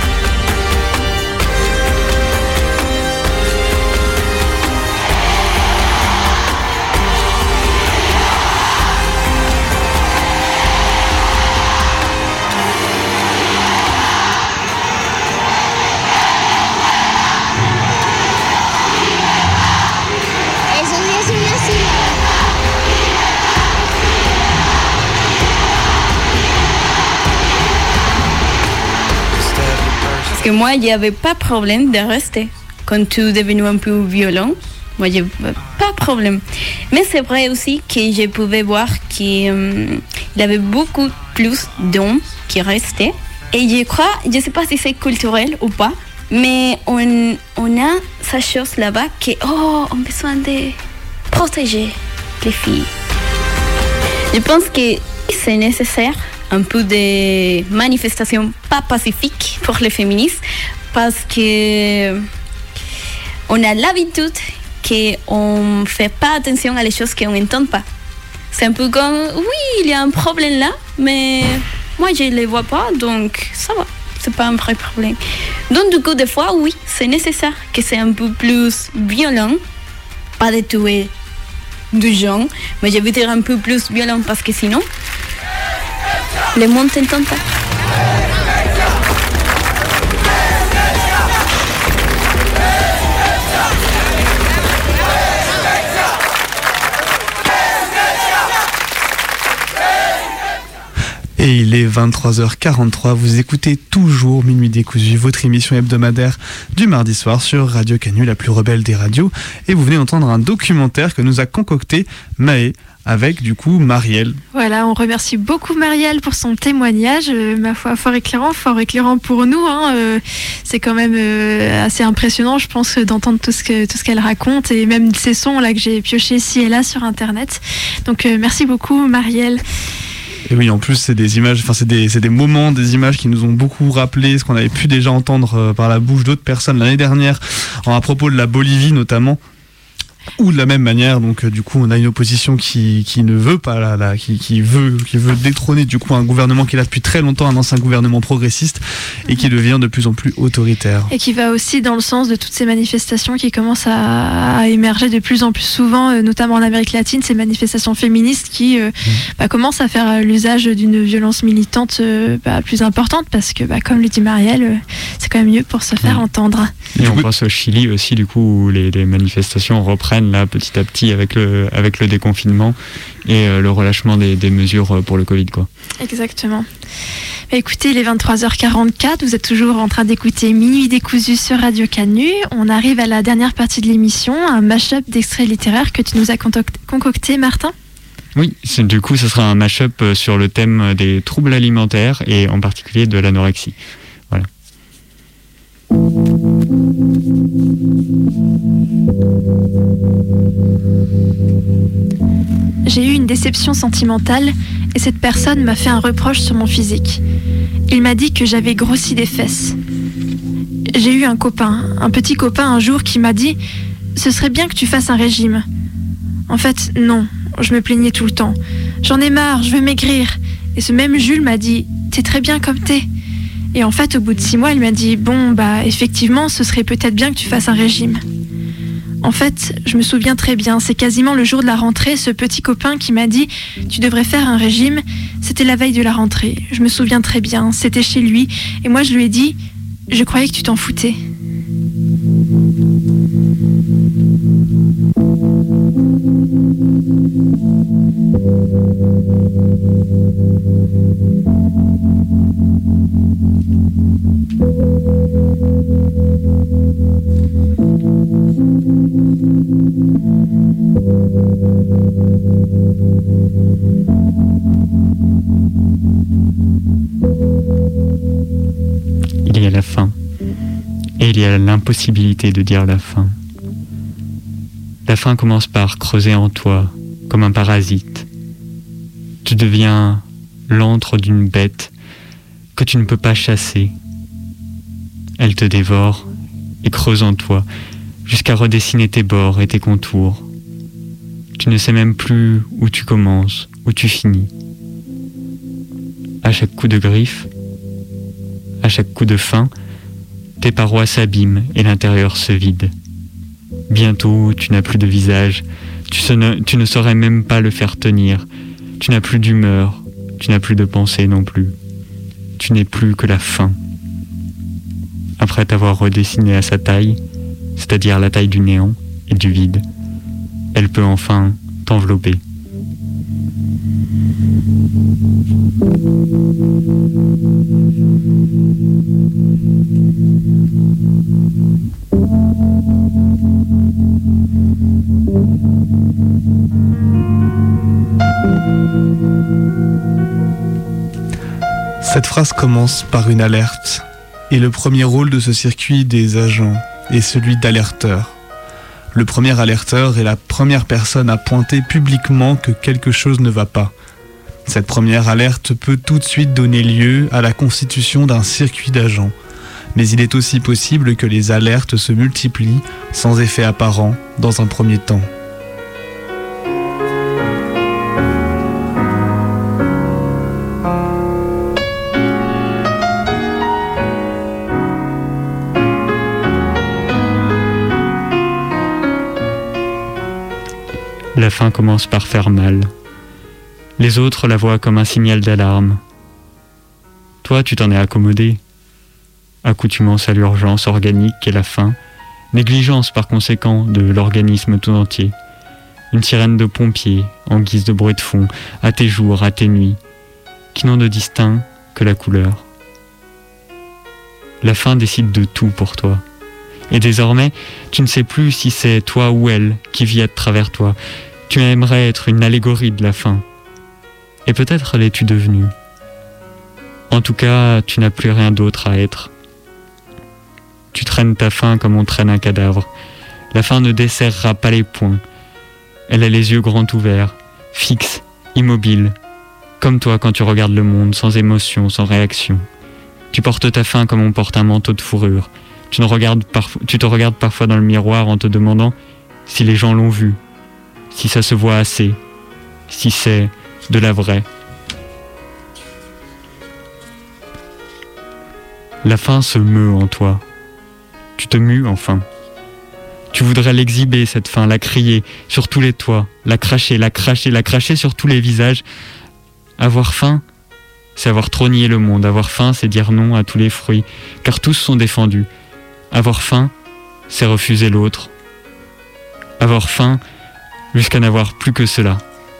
Parce que moi, il n'y avait pas de problème de rester. Quand tout est devenu un peu violent, moi, il n'y avait pas de problème. Mais c'est vrai aussi que je pouvais voir qu'il y avait beaucoup plus d'hommes qui restaient. Et je crois, je ne sais pas si c'est culturel ou pas, mais on a cette chose là-bas on a besoin de protéger les filles. Je pense que c'est nécessaire un peu de manifestations pas pacifiques pour les féministes parce que on a l'habitude qu'on ne fait pas attention à les choses qu'on n'entend pas. C'est un peu comme, oui, il y a un problème là, mais moi je ne les vois pas, donc ça va, c'est pas un vrai problème. Donc du coup, des fois, oui, c'est nécessaire que c'est un peu plus violent, pas de tuer des gens, mais je veux dire un peu plus violent parce que sinon, le monde n'entend pas. Et il est 23h43, vous écoutez toujours Minuit décousu, votre émission hebdomadaire du mardi soir sur Radio Canu, la plus rebelle des radios. Et vous venez d'entendre un documentaire que nous a concocté Maë, avec du coup Marielle. Voilà, on remercie beaucoup Marielle pour son témoignage, ma foi fort éclairant pour nous. C'est quand même assez impressionnant, je pense, d'entendre tout ce qu'elle raconte et même ces sons là que j'ai piochés ici et là sur Internet. Donc merci beaucoup Marielle. Et oui, en plus, c'est des images, c'est des moments, des images qui nous ont beaucoup rappelé ce qu'on avait pu déjà entendre par la bouche d'autres personnes l'année dernière, à propos de la Bolivie notamment. Ou de la même manière, donc du coup on a une opposition qui ne veut pas qui veut détrôner du coup un gouvernement qui est là depuis très longtemps, un ancien gouvernement progressiste et qui devient de plus en plus autoritaire. Et qui va aussi dans le sens de toutes ces manifestations qui commencent à émerger de plus en plus souvent, notamment en Amérique latine, ces manifestations féministes qui commencent à faire l'usage d'une violence militante plus importante parce que comme le dit Marielle, c'est quand même mieux pour se faire entendre. Et on pense au Chili aussi du coup où les manifestations reprennent là petit à petit avec le déconfinement et le relâchement des mesures pour le Covid quoi. Exactement. Écoutez, il est 23h44, vous êtes toujours en train d'écouter Minuit décousu sur Radio Canu. On arrive à la dernière partie de l'émission, un mash-up d'extraits littéraires que tu nous as concocté, Martin. Oui, du coup ce sera un mash-up sur le thème des troubles alimentaires et en particulier de l'anorexie. Voilà. J'ai eu une déception sentimentale et cette personne m'a fait un reproche sur mon physique. Il m'a dit que j'avais grossi des fesses. J'ai eu un petit copain un jour qui m'a dit « Ce serait bien que tu fasses un régime ». En fait, non, je me plaignais tout le temps. J'en ai marre, je veux maigrir. Et ce même Jules m'a dit « T'es très bien comme t'es ». Et en fait, au bout de 6 mois, il m'a dit « Bon, effectivement, ce serait peut-être bien que tu fasses un régime ». En fait, je me souviens très bien, c'est quasiment le jour de la rentrée, ce petit copain qui m'a dit « Tu devrais faire un régime », c'était la veille de la rentrée. Je me souviens très bien, c'était chez lui, et moi je lui ai dit « Je croyais que tu t'en foutais ». Il y a la faim, et il y a l'impossibilité de dire la faim. La faim commence par creuser en toi, comme un parasite. Tu deviens l'antre d'une bête que tu ne peux pas chasser. Elle te dévore et creuse en toi jusqu'à redessiner tes bords et tes contours. Tu ne sais même plus où tu commences, où tu finis. À chaque coup de griffe, à chaque coup de faim, tes parois s'abîment et l'intérieur se vide. Bientôt, tu n'as plus de visage, tu ne saurais même pas le faire tenir. Tu n'as plus d'humeur, tu n'as plus de pensée non plus. Tu n'es plus que la faim. Après t'avoir redessiné à sa taille, c'est-à-dire la taille du néant et du vide, elle peut enfin t'envelopper. Cette phrase commence par une alerte, et le premier rôle de ce circuit des agents est celui d'alerteur. Le premier alerteur est la première personne à pointer publiquement que quelque chose ne va pas. Cette première alerte peut tout de suite donner lieu à la constitution d'un circuit d'agents. Mais il est aussi possible que les alertes se multiplient sans effet apparent dans un premier temps. La faim commence par faire mal. Les autres la voient comme un signal d'alarme. Toi, tu t'en es accommodé. Accoutumance à l'urgence organique qu'est la faim, négligence par conséquent de l'organisme tout entier. Une sirène de pompiers, en guise de bruit de fond, à tes jours, à tes nuits, qui n'ont de distinct que la couleur. La faim décide de tout pour toi. Et désormais, tu ne sais plus si c'est toi ou elle qui vit à travers toi. Tu aimerais être une allégorie de la faim. Et peut-être l'es-tu devenue. En tout cas, tu n'as plus rien d'autre à être. Tu traînes ta faim comme on traîne un cadavre. La faim ne desserrera pas les poings. Elle a les yeux grands ouverts, fixe, immobile, comme toi quand tu regardes le monde, sans émotion, sans réaction. Tu portes ta faim comme on porte un manteau de fourrure. Tu te regardes parfois dans le miroir en te demandant si les gens l'ont vu, si ça se voit assez, si c'est de la vraie. La faim se meut en toi. Tu te mues enfin. Tu voudrais l'exhiber, cette faim, la crier sur tous les toits, la cracher sur tous les visages. Avoir faim, c'est avoir trop nié le monde. Avoir faim, c'est dire non à tous les fruits, car tous sont défendus. Avoir faim, c'est refuser l'autre. Avoir faim, jusqu'à n'avoir plus que cela.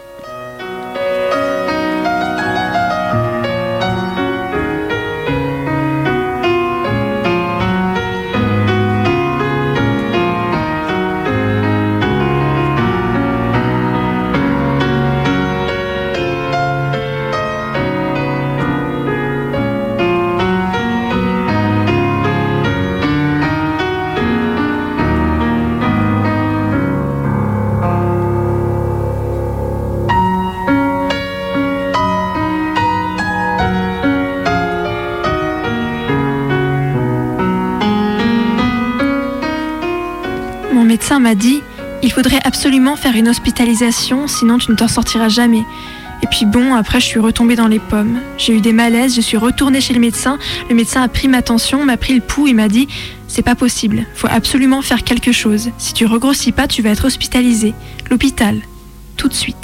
Mon médecin m'a dit « Il faudrait absolument faire une hospitalisation, sinon tu ne t'en sortiras jamais. » Et puis bon, après je suis retombée dans les pommes. J'ai eu des malaises, je suis retournée chez le médecin a pris ma tension, m'a pris le pouls et m'a dit « C'est pas possible, faut absolument faire quelque chose. Si tu regrossis pas, tu vas être hospitalisé. L'hôpital, tout de suite. »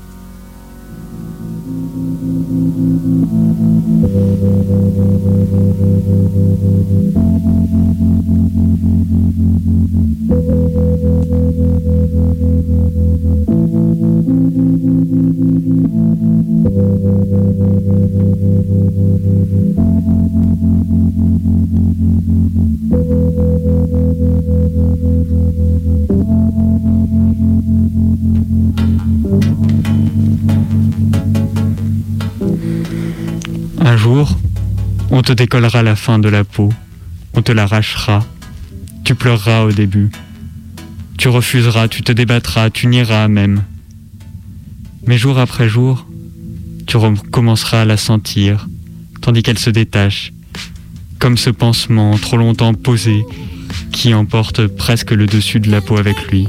Un jour, on te décollera la faim de la peau, on te l'arrachera, tu pleureras au début, tu refuseras, tu te débattras, tu nieras même. Mais jour après jour, tu recommenceras à la sentir, tandis qu'elle se détache, comme ce pansement trop longtemps posé qui emporte presque le dessus de la peau avec lui.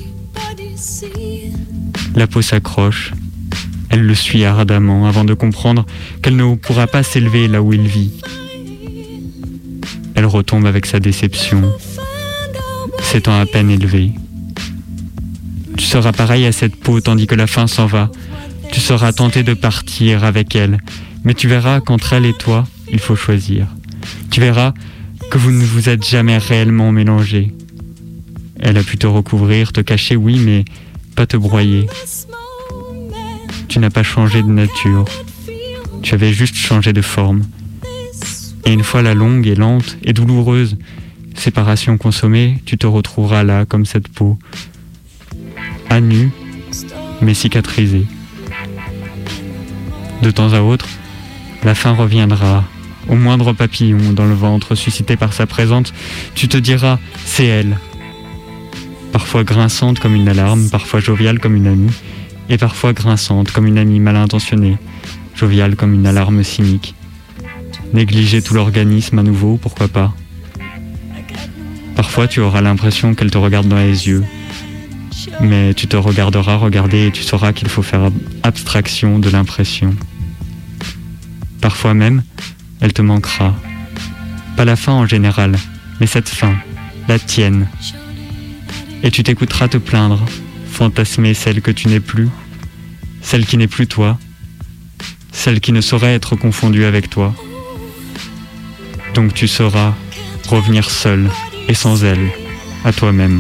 La peau s'accroche, elle le suit ardemment avant de comprendre qu'elle ne pourra pas s'élever là où il vit. Elle retombe avec sa déception, s'étant à peine élevée. Tu seras pareil à cette peau tandis que la faim s'en va. Tu seras tenté de partir avec elle, mais tu verras qu'entre elle et toi, il faut choisir. Tu verras que vous ne vous êtes jamais réellement mélangés. Elle a pu te recouvrir, te cacher, oui, mais pas te broyer. Tu n'as pas changé de nature. Tu avais juste changé de forme. Et une fois la longue et lente et douloureuse séparation consommée, tu te retrouveras là, comme cette peau, à nu, mais cicatrisée. De temps à autre, la faim reviendra. Au moindre papillon dans le ventre suscité par sa présence, tu te diras « c'est elle ». Parfois grinçante comme une alarme, parfois joviale comme une amie, et parfois grinçante comme une amie mal intentionnée, joviale comme une alarme cynique. Négliger tout l'organisme à nouveau, pourquoi pas. Parfois tu auras l'impression qu'elle te regarde dans les yeux, mais tu te regarderas regarder et tu sauras qu'il faut faire abstraction de l'impression. Parfois même, elle te manquera. Pas la faim en général, mais cette faim, la tienne. Et tu t'écouteras te plaindre, fantasmer celle que tu n'es plus, celle qui n'est plus toi, celle qui ne saurait être confondue avec toi. Donc tu sauras revenir seul et sans elle, à toi-même.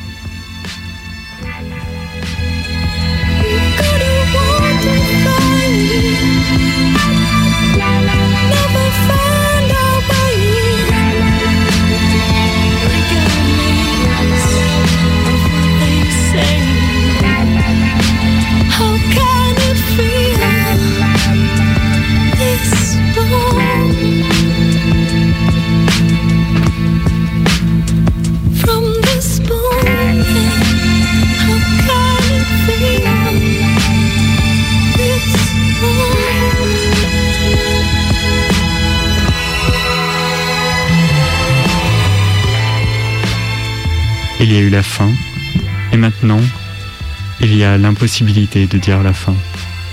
Il y a eu la fin, et maintenant, il y a l'impossibilité de dire la fin.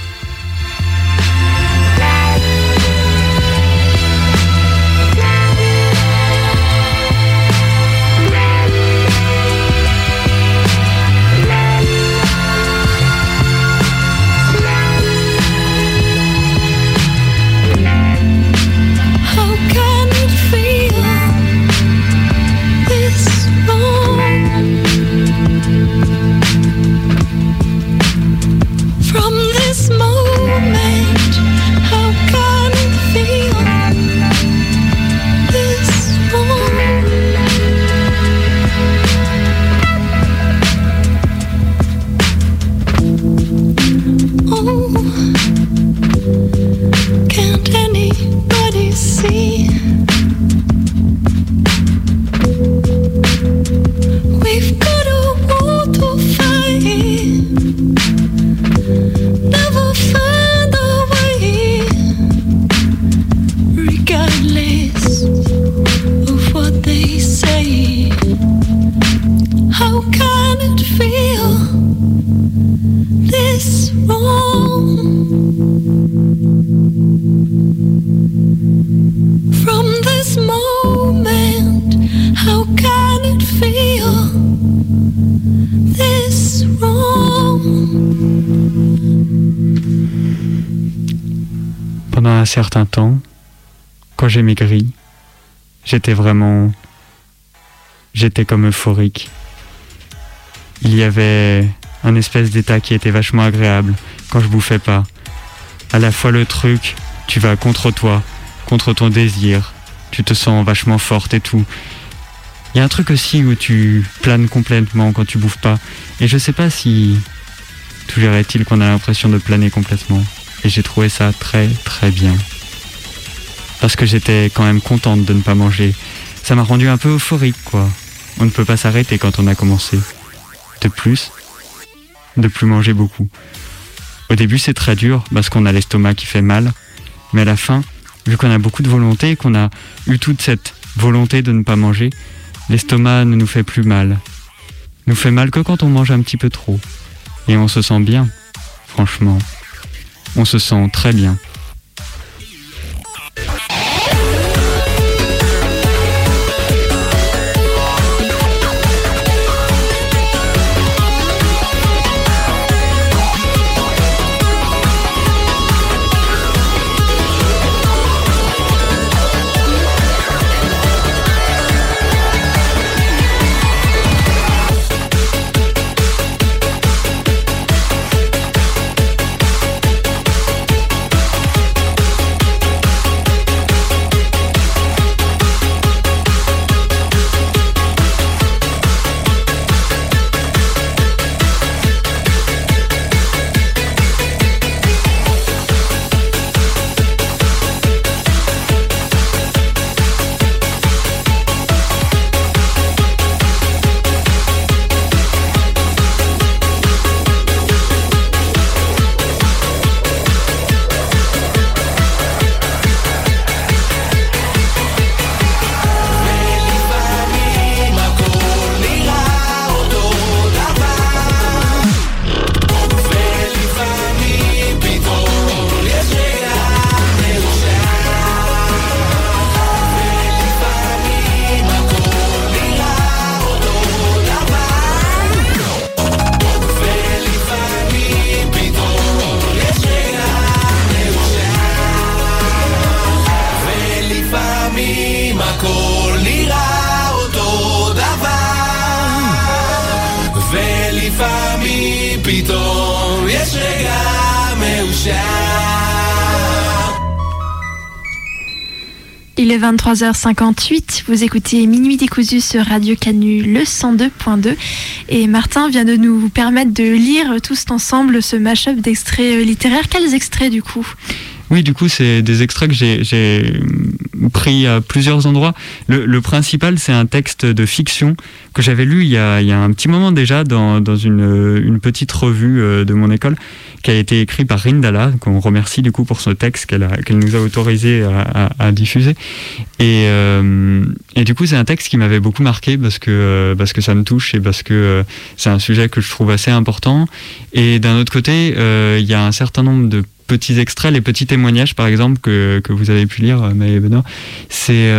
Pendant un certain temps, quand j'ai maigri, j'étais comme euphorique. Il y avait un espèce d'état qui était vachement agréable quand je bouffais pas. À la fois le truc, tu vas contre toi, contre ton désir, tu te sens vachement forte et tout. Il y a un truc aussi où tu planes complètement quand tu bouffes pas. Et je sais pas si toujours est-il qu'on a l'impression de planer complètement. Et j'ai trouvé ça très très bien. Parce que j'étais quand même contente de ne pas manger. Ça m'a rendu un peu euphorique, quoi. On ne peut pas s'arrêter quand on a commencé. De plus manger beaucoup. Au début, c'est très dur parce qu'on a l'estomac qui fait mal. Mais à la fin, vu qu'on a beaucoup de volonté et qu'on a eu toute cette volonté de ne pas manger, l'estomac ne nous fait plus mal. Nous fait mal que quand on mange un petit peu trop. Et on se sent bien, franchement. On se sent très bien. Il est 23h58, vous écoutez Minuit décousu sur Radio Canu le 102.2 et Martin vient de nous permettre de lire tous ensemble ce mash-up d'extraits littéraires. Quels extraits du coup ? Oui, du coup, c'est des extraits que j'ai pris à plusieurs endroits. Le principal, c'est un texte de fiction que j'avais lu il y a un petit moment déjà dans une petite revue de mon école, qui a été écrit par Rindala, qu'on remercie du coup pour ce texte qu'elle nous a autorisé à diffuser. Et du coup, c'est un texte qui m'avait beaucoup marqué parce que ça me touche et parce que c'est un sujet que je trouve assez important. Et d'un autre côté, il y a un certain nombre de petits extraits, les petits témoignages par exemple que vous avez pu lire, Maë et Benoît, c'est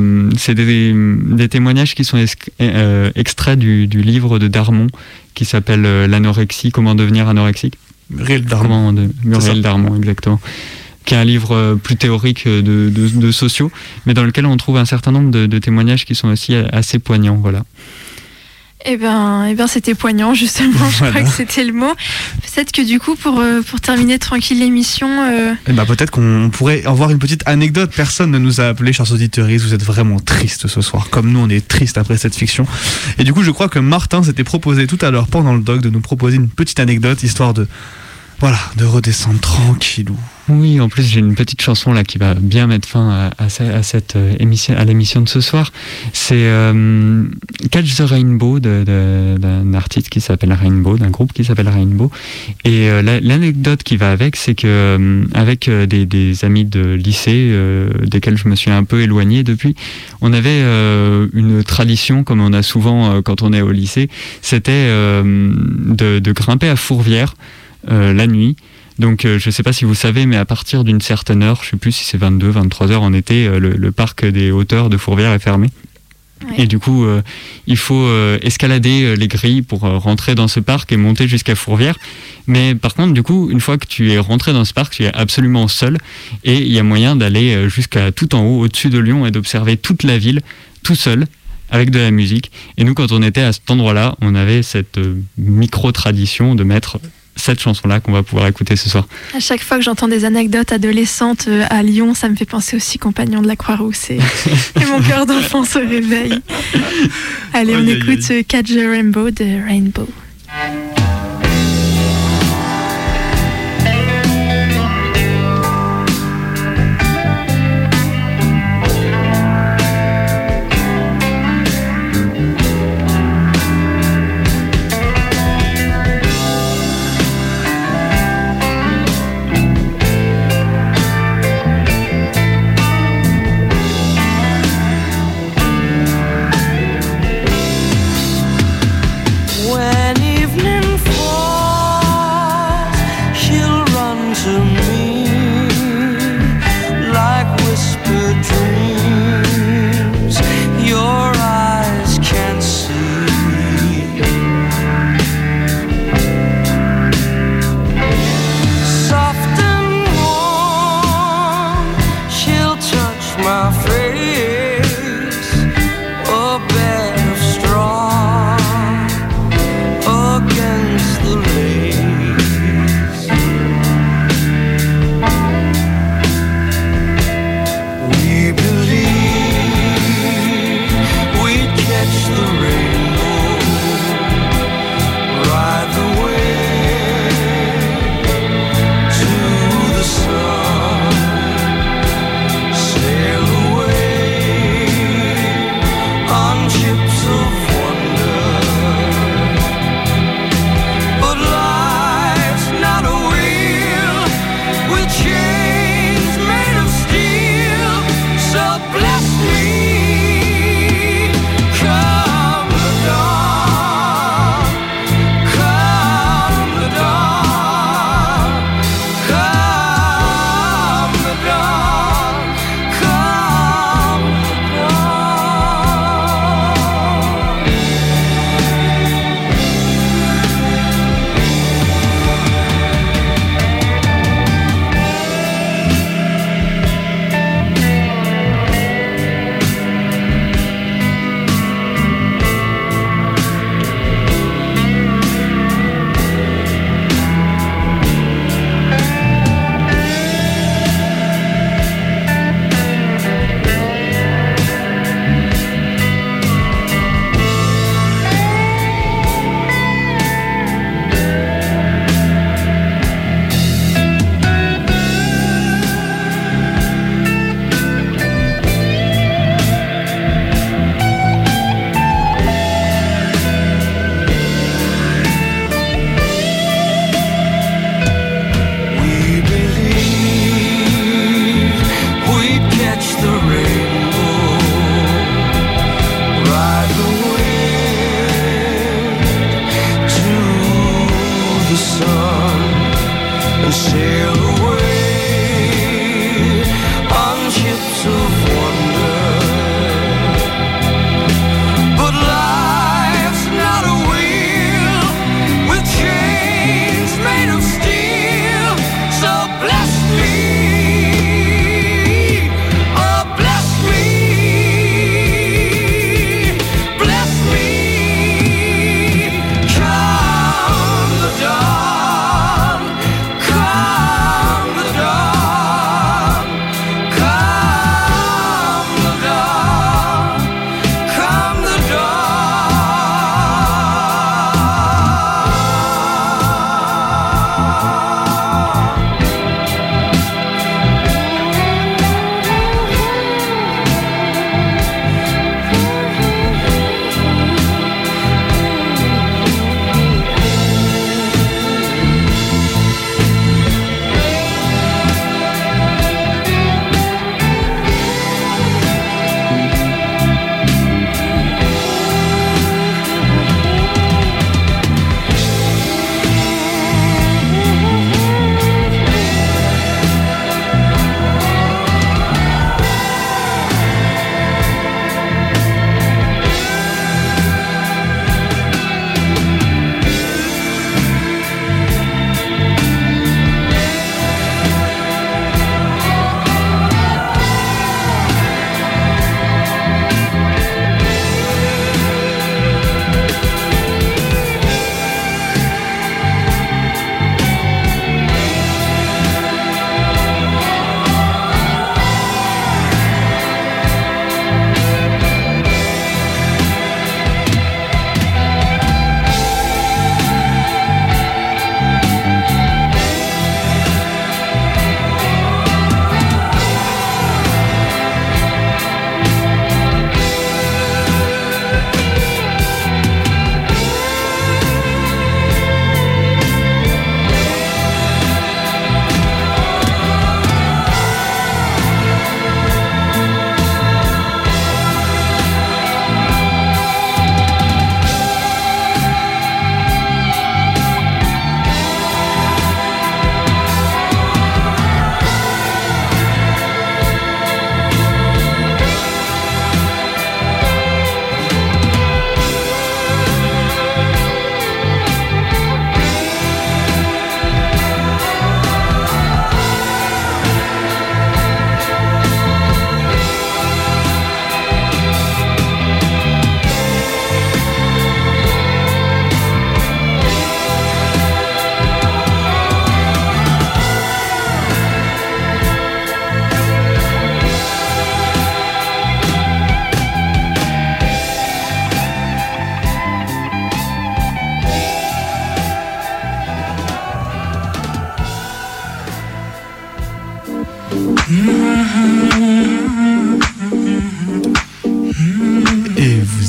des témoignages qui sont extraits du livre de Darmon qui s'appelle L'anorexie, comment devenir anorexique. Muriel Darmon. Muriel Darmon, exactement. Qui est un livre plus théorique de sociaux, mais dans lequel on trouve un certain nombre de témoignages qui sont aussi assez poignants, voilà. Eh ben, c'était poignant, justement, je crois que c'était le mot. Peut-être que du coup, pour terminer tranquille l'émission... peut-être qu'on pourrait avoir une petite anecdote. Personne ne nous a appelé, chers auditeurs, vous êtes vraiment tristes ce soir. Comme nous, on est tristes après cette fiction. Et du coup, je crois que Martin s'était proposé tout à l'heure, pendant le doc, de nous proposer une petite anecdote, histoire de redescendre tranquillou. Oui, en plus j'ai une petite chanson là qui va bien mettre fin à cette émission, à l'émission de ce soir. C'est Catch the Rainbow d'un artiste qui s'appelle Rainbow, d'un groupe qui s'appelle Rainbow. Et l'anecdote qui va avec, c'est que avec des amis de lycée, desquels je me suis un peu éloigné depuis, on avait une tradition, comme on a souvent quand on est au lycée, c'était de grimper à Fourvière la nuit. Donc je ne sais pas si vous savez, mais à partir d'une certaine heure, je ne sais plus si c'est 22, 23 heures en été, le parc des hauteurs de Fourvière est fermé. Ouais. Et du coup, il faut escalader les grilles pour rentrer dans ce parc et monter jusqu'à Fourvière. Mais par contre, du coup, une fois que tu es rentré dans ce parc, tu es absolument seul. Et il y a moyen d'aller jusqu'à tout en haut, au-dessus de Lyon, et d'observer toute la ville, tout seul, avec de la musique. Et nous, quand on était à cet endroit-là, on avait cette micro-tradition de mettre cette chanson-là qu'on va pouvoir écouter ce soir. À chaque fois que j'entends des anecdotes adolescentes à Lyon, ça me fait penser aussi Compagnons de la Croix-Rousse et mon cœur d'enfant se réveille. Allez, on écoute Catch the Rainbow de Rainbow.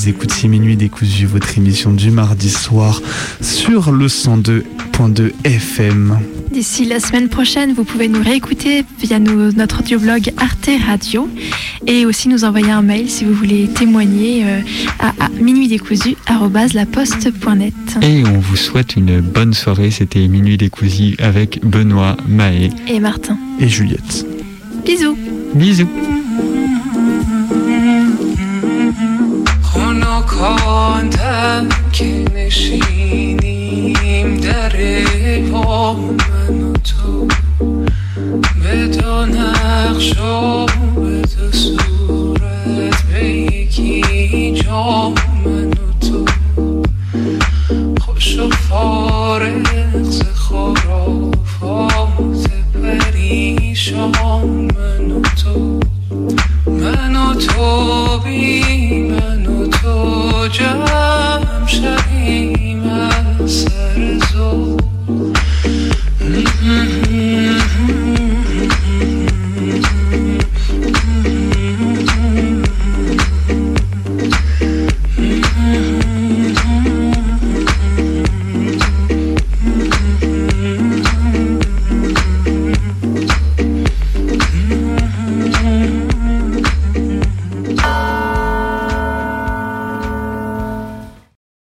Vous écoutiez Minuit Décousu, votre émission du mardi soir sur le 102.2 FM. D'ici la semaine prochaine, vous pouvez nous réécouter via notre audioblog Arte Radio et aussi nous envoyer un mail si vous voulez témoigner à minuitdécousu@laposte.net. Et on vous souhaite une bonne soirée. C'était Minuit Décousu avec Benoît, Maë et Martin et Juliette. Bisous. Bisous. خنکاندم که نشینیم در پا من و تو به دو نقش و به دو صورت به یکی جا من و تو خوش و فارغ ز خرافات پریشان من و تو بی من و تو جا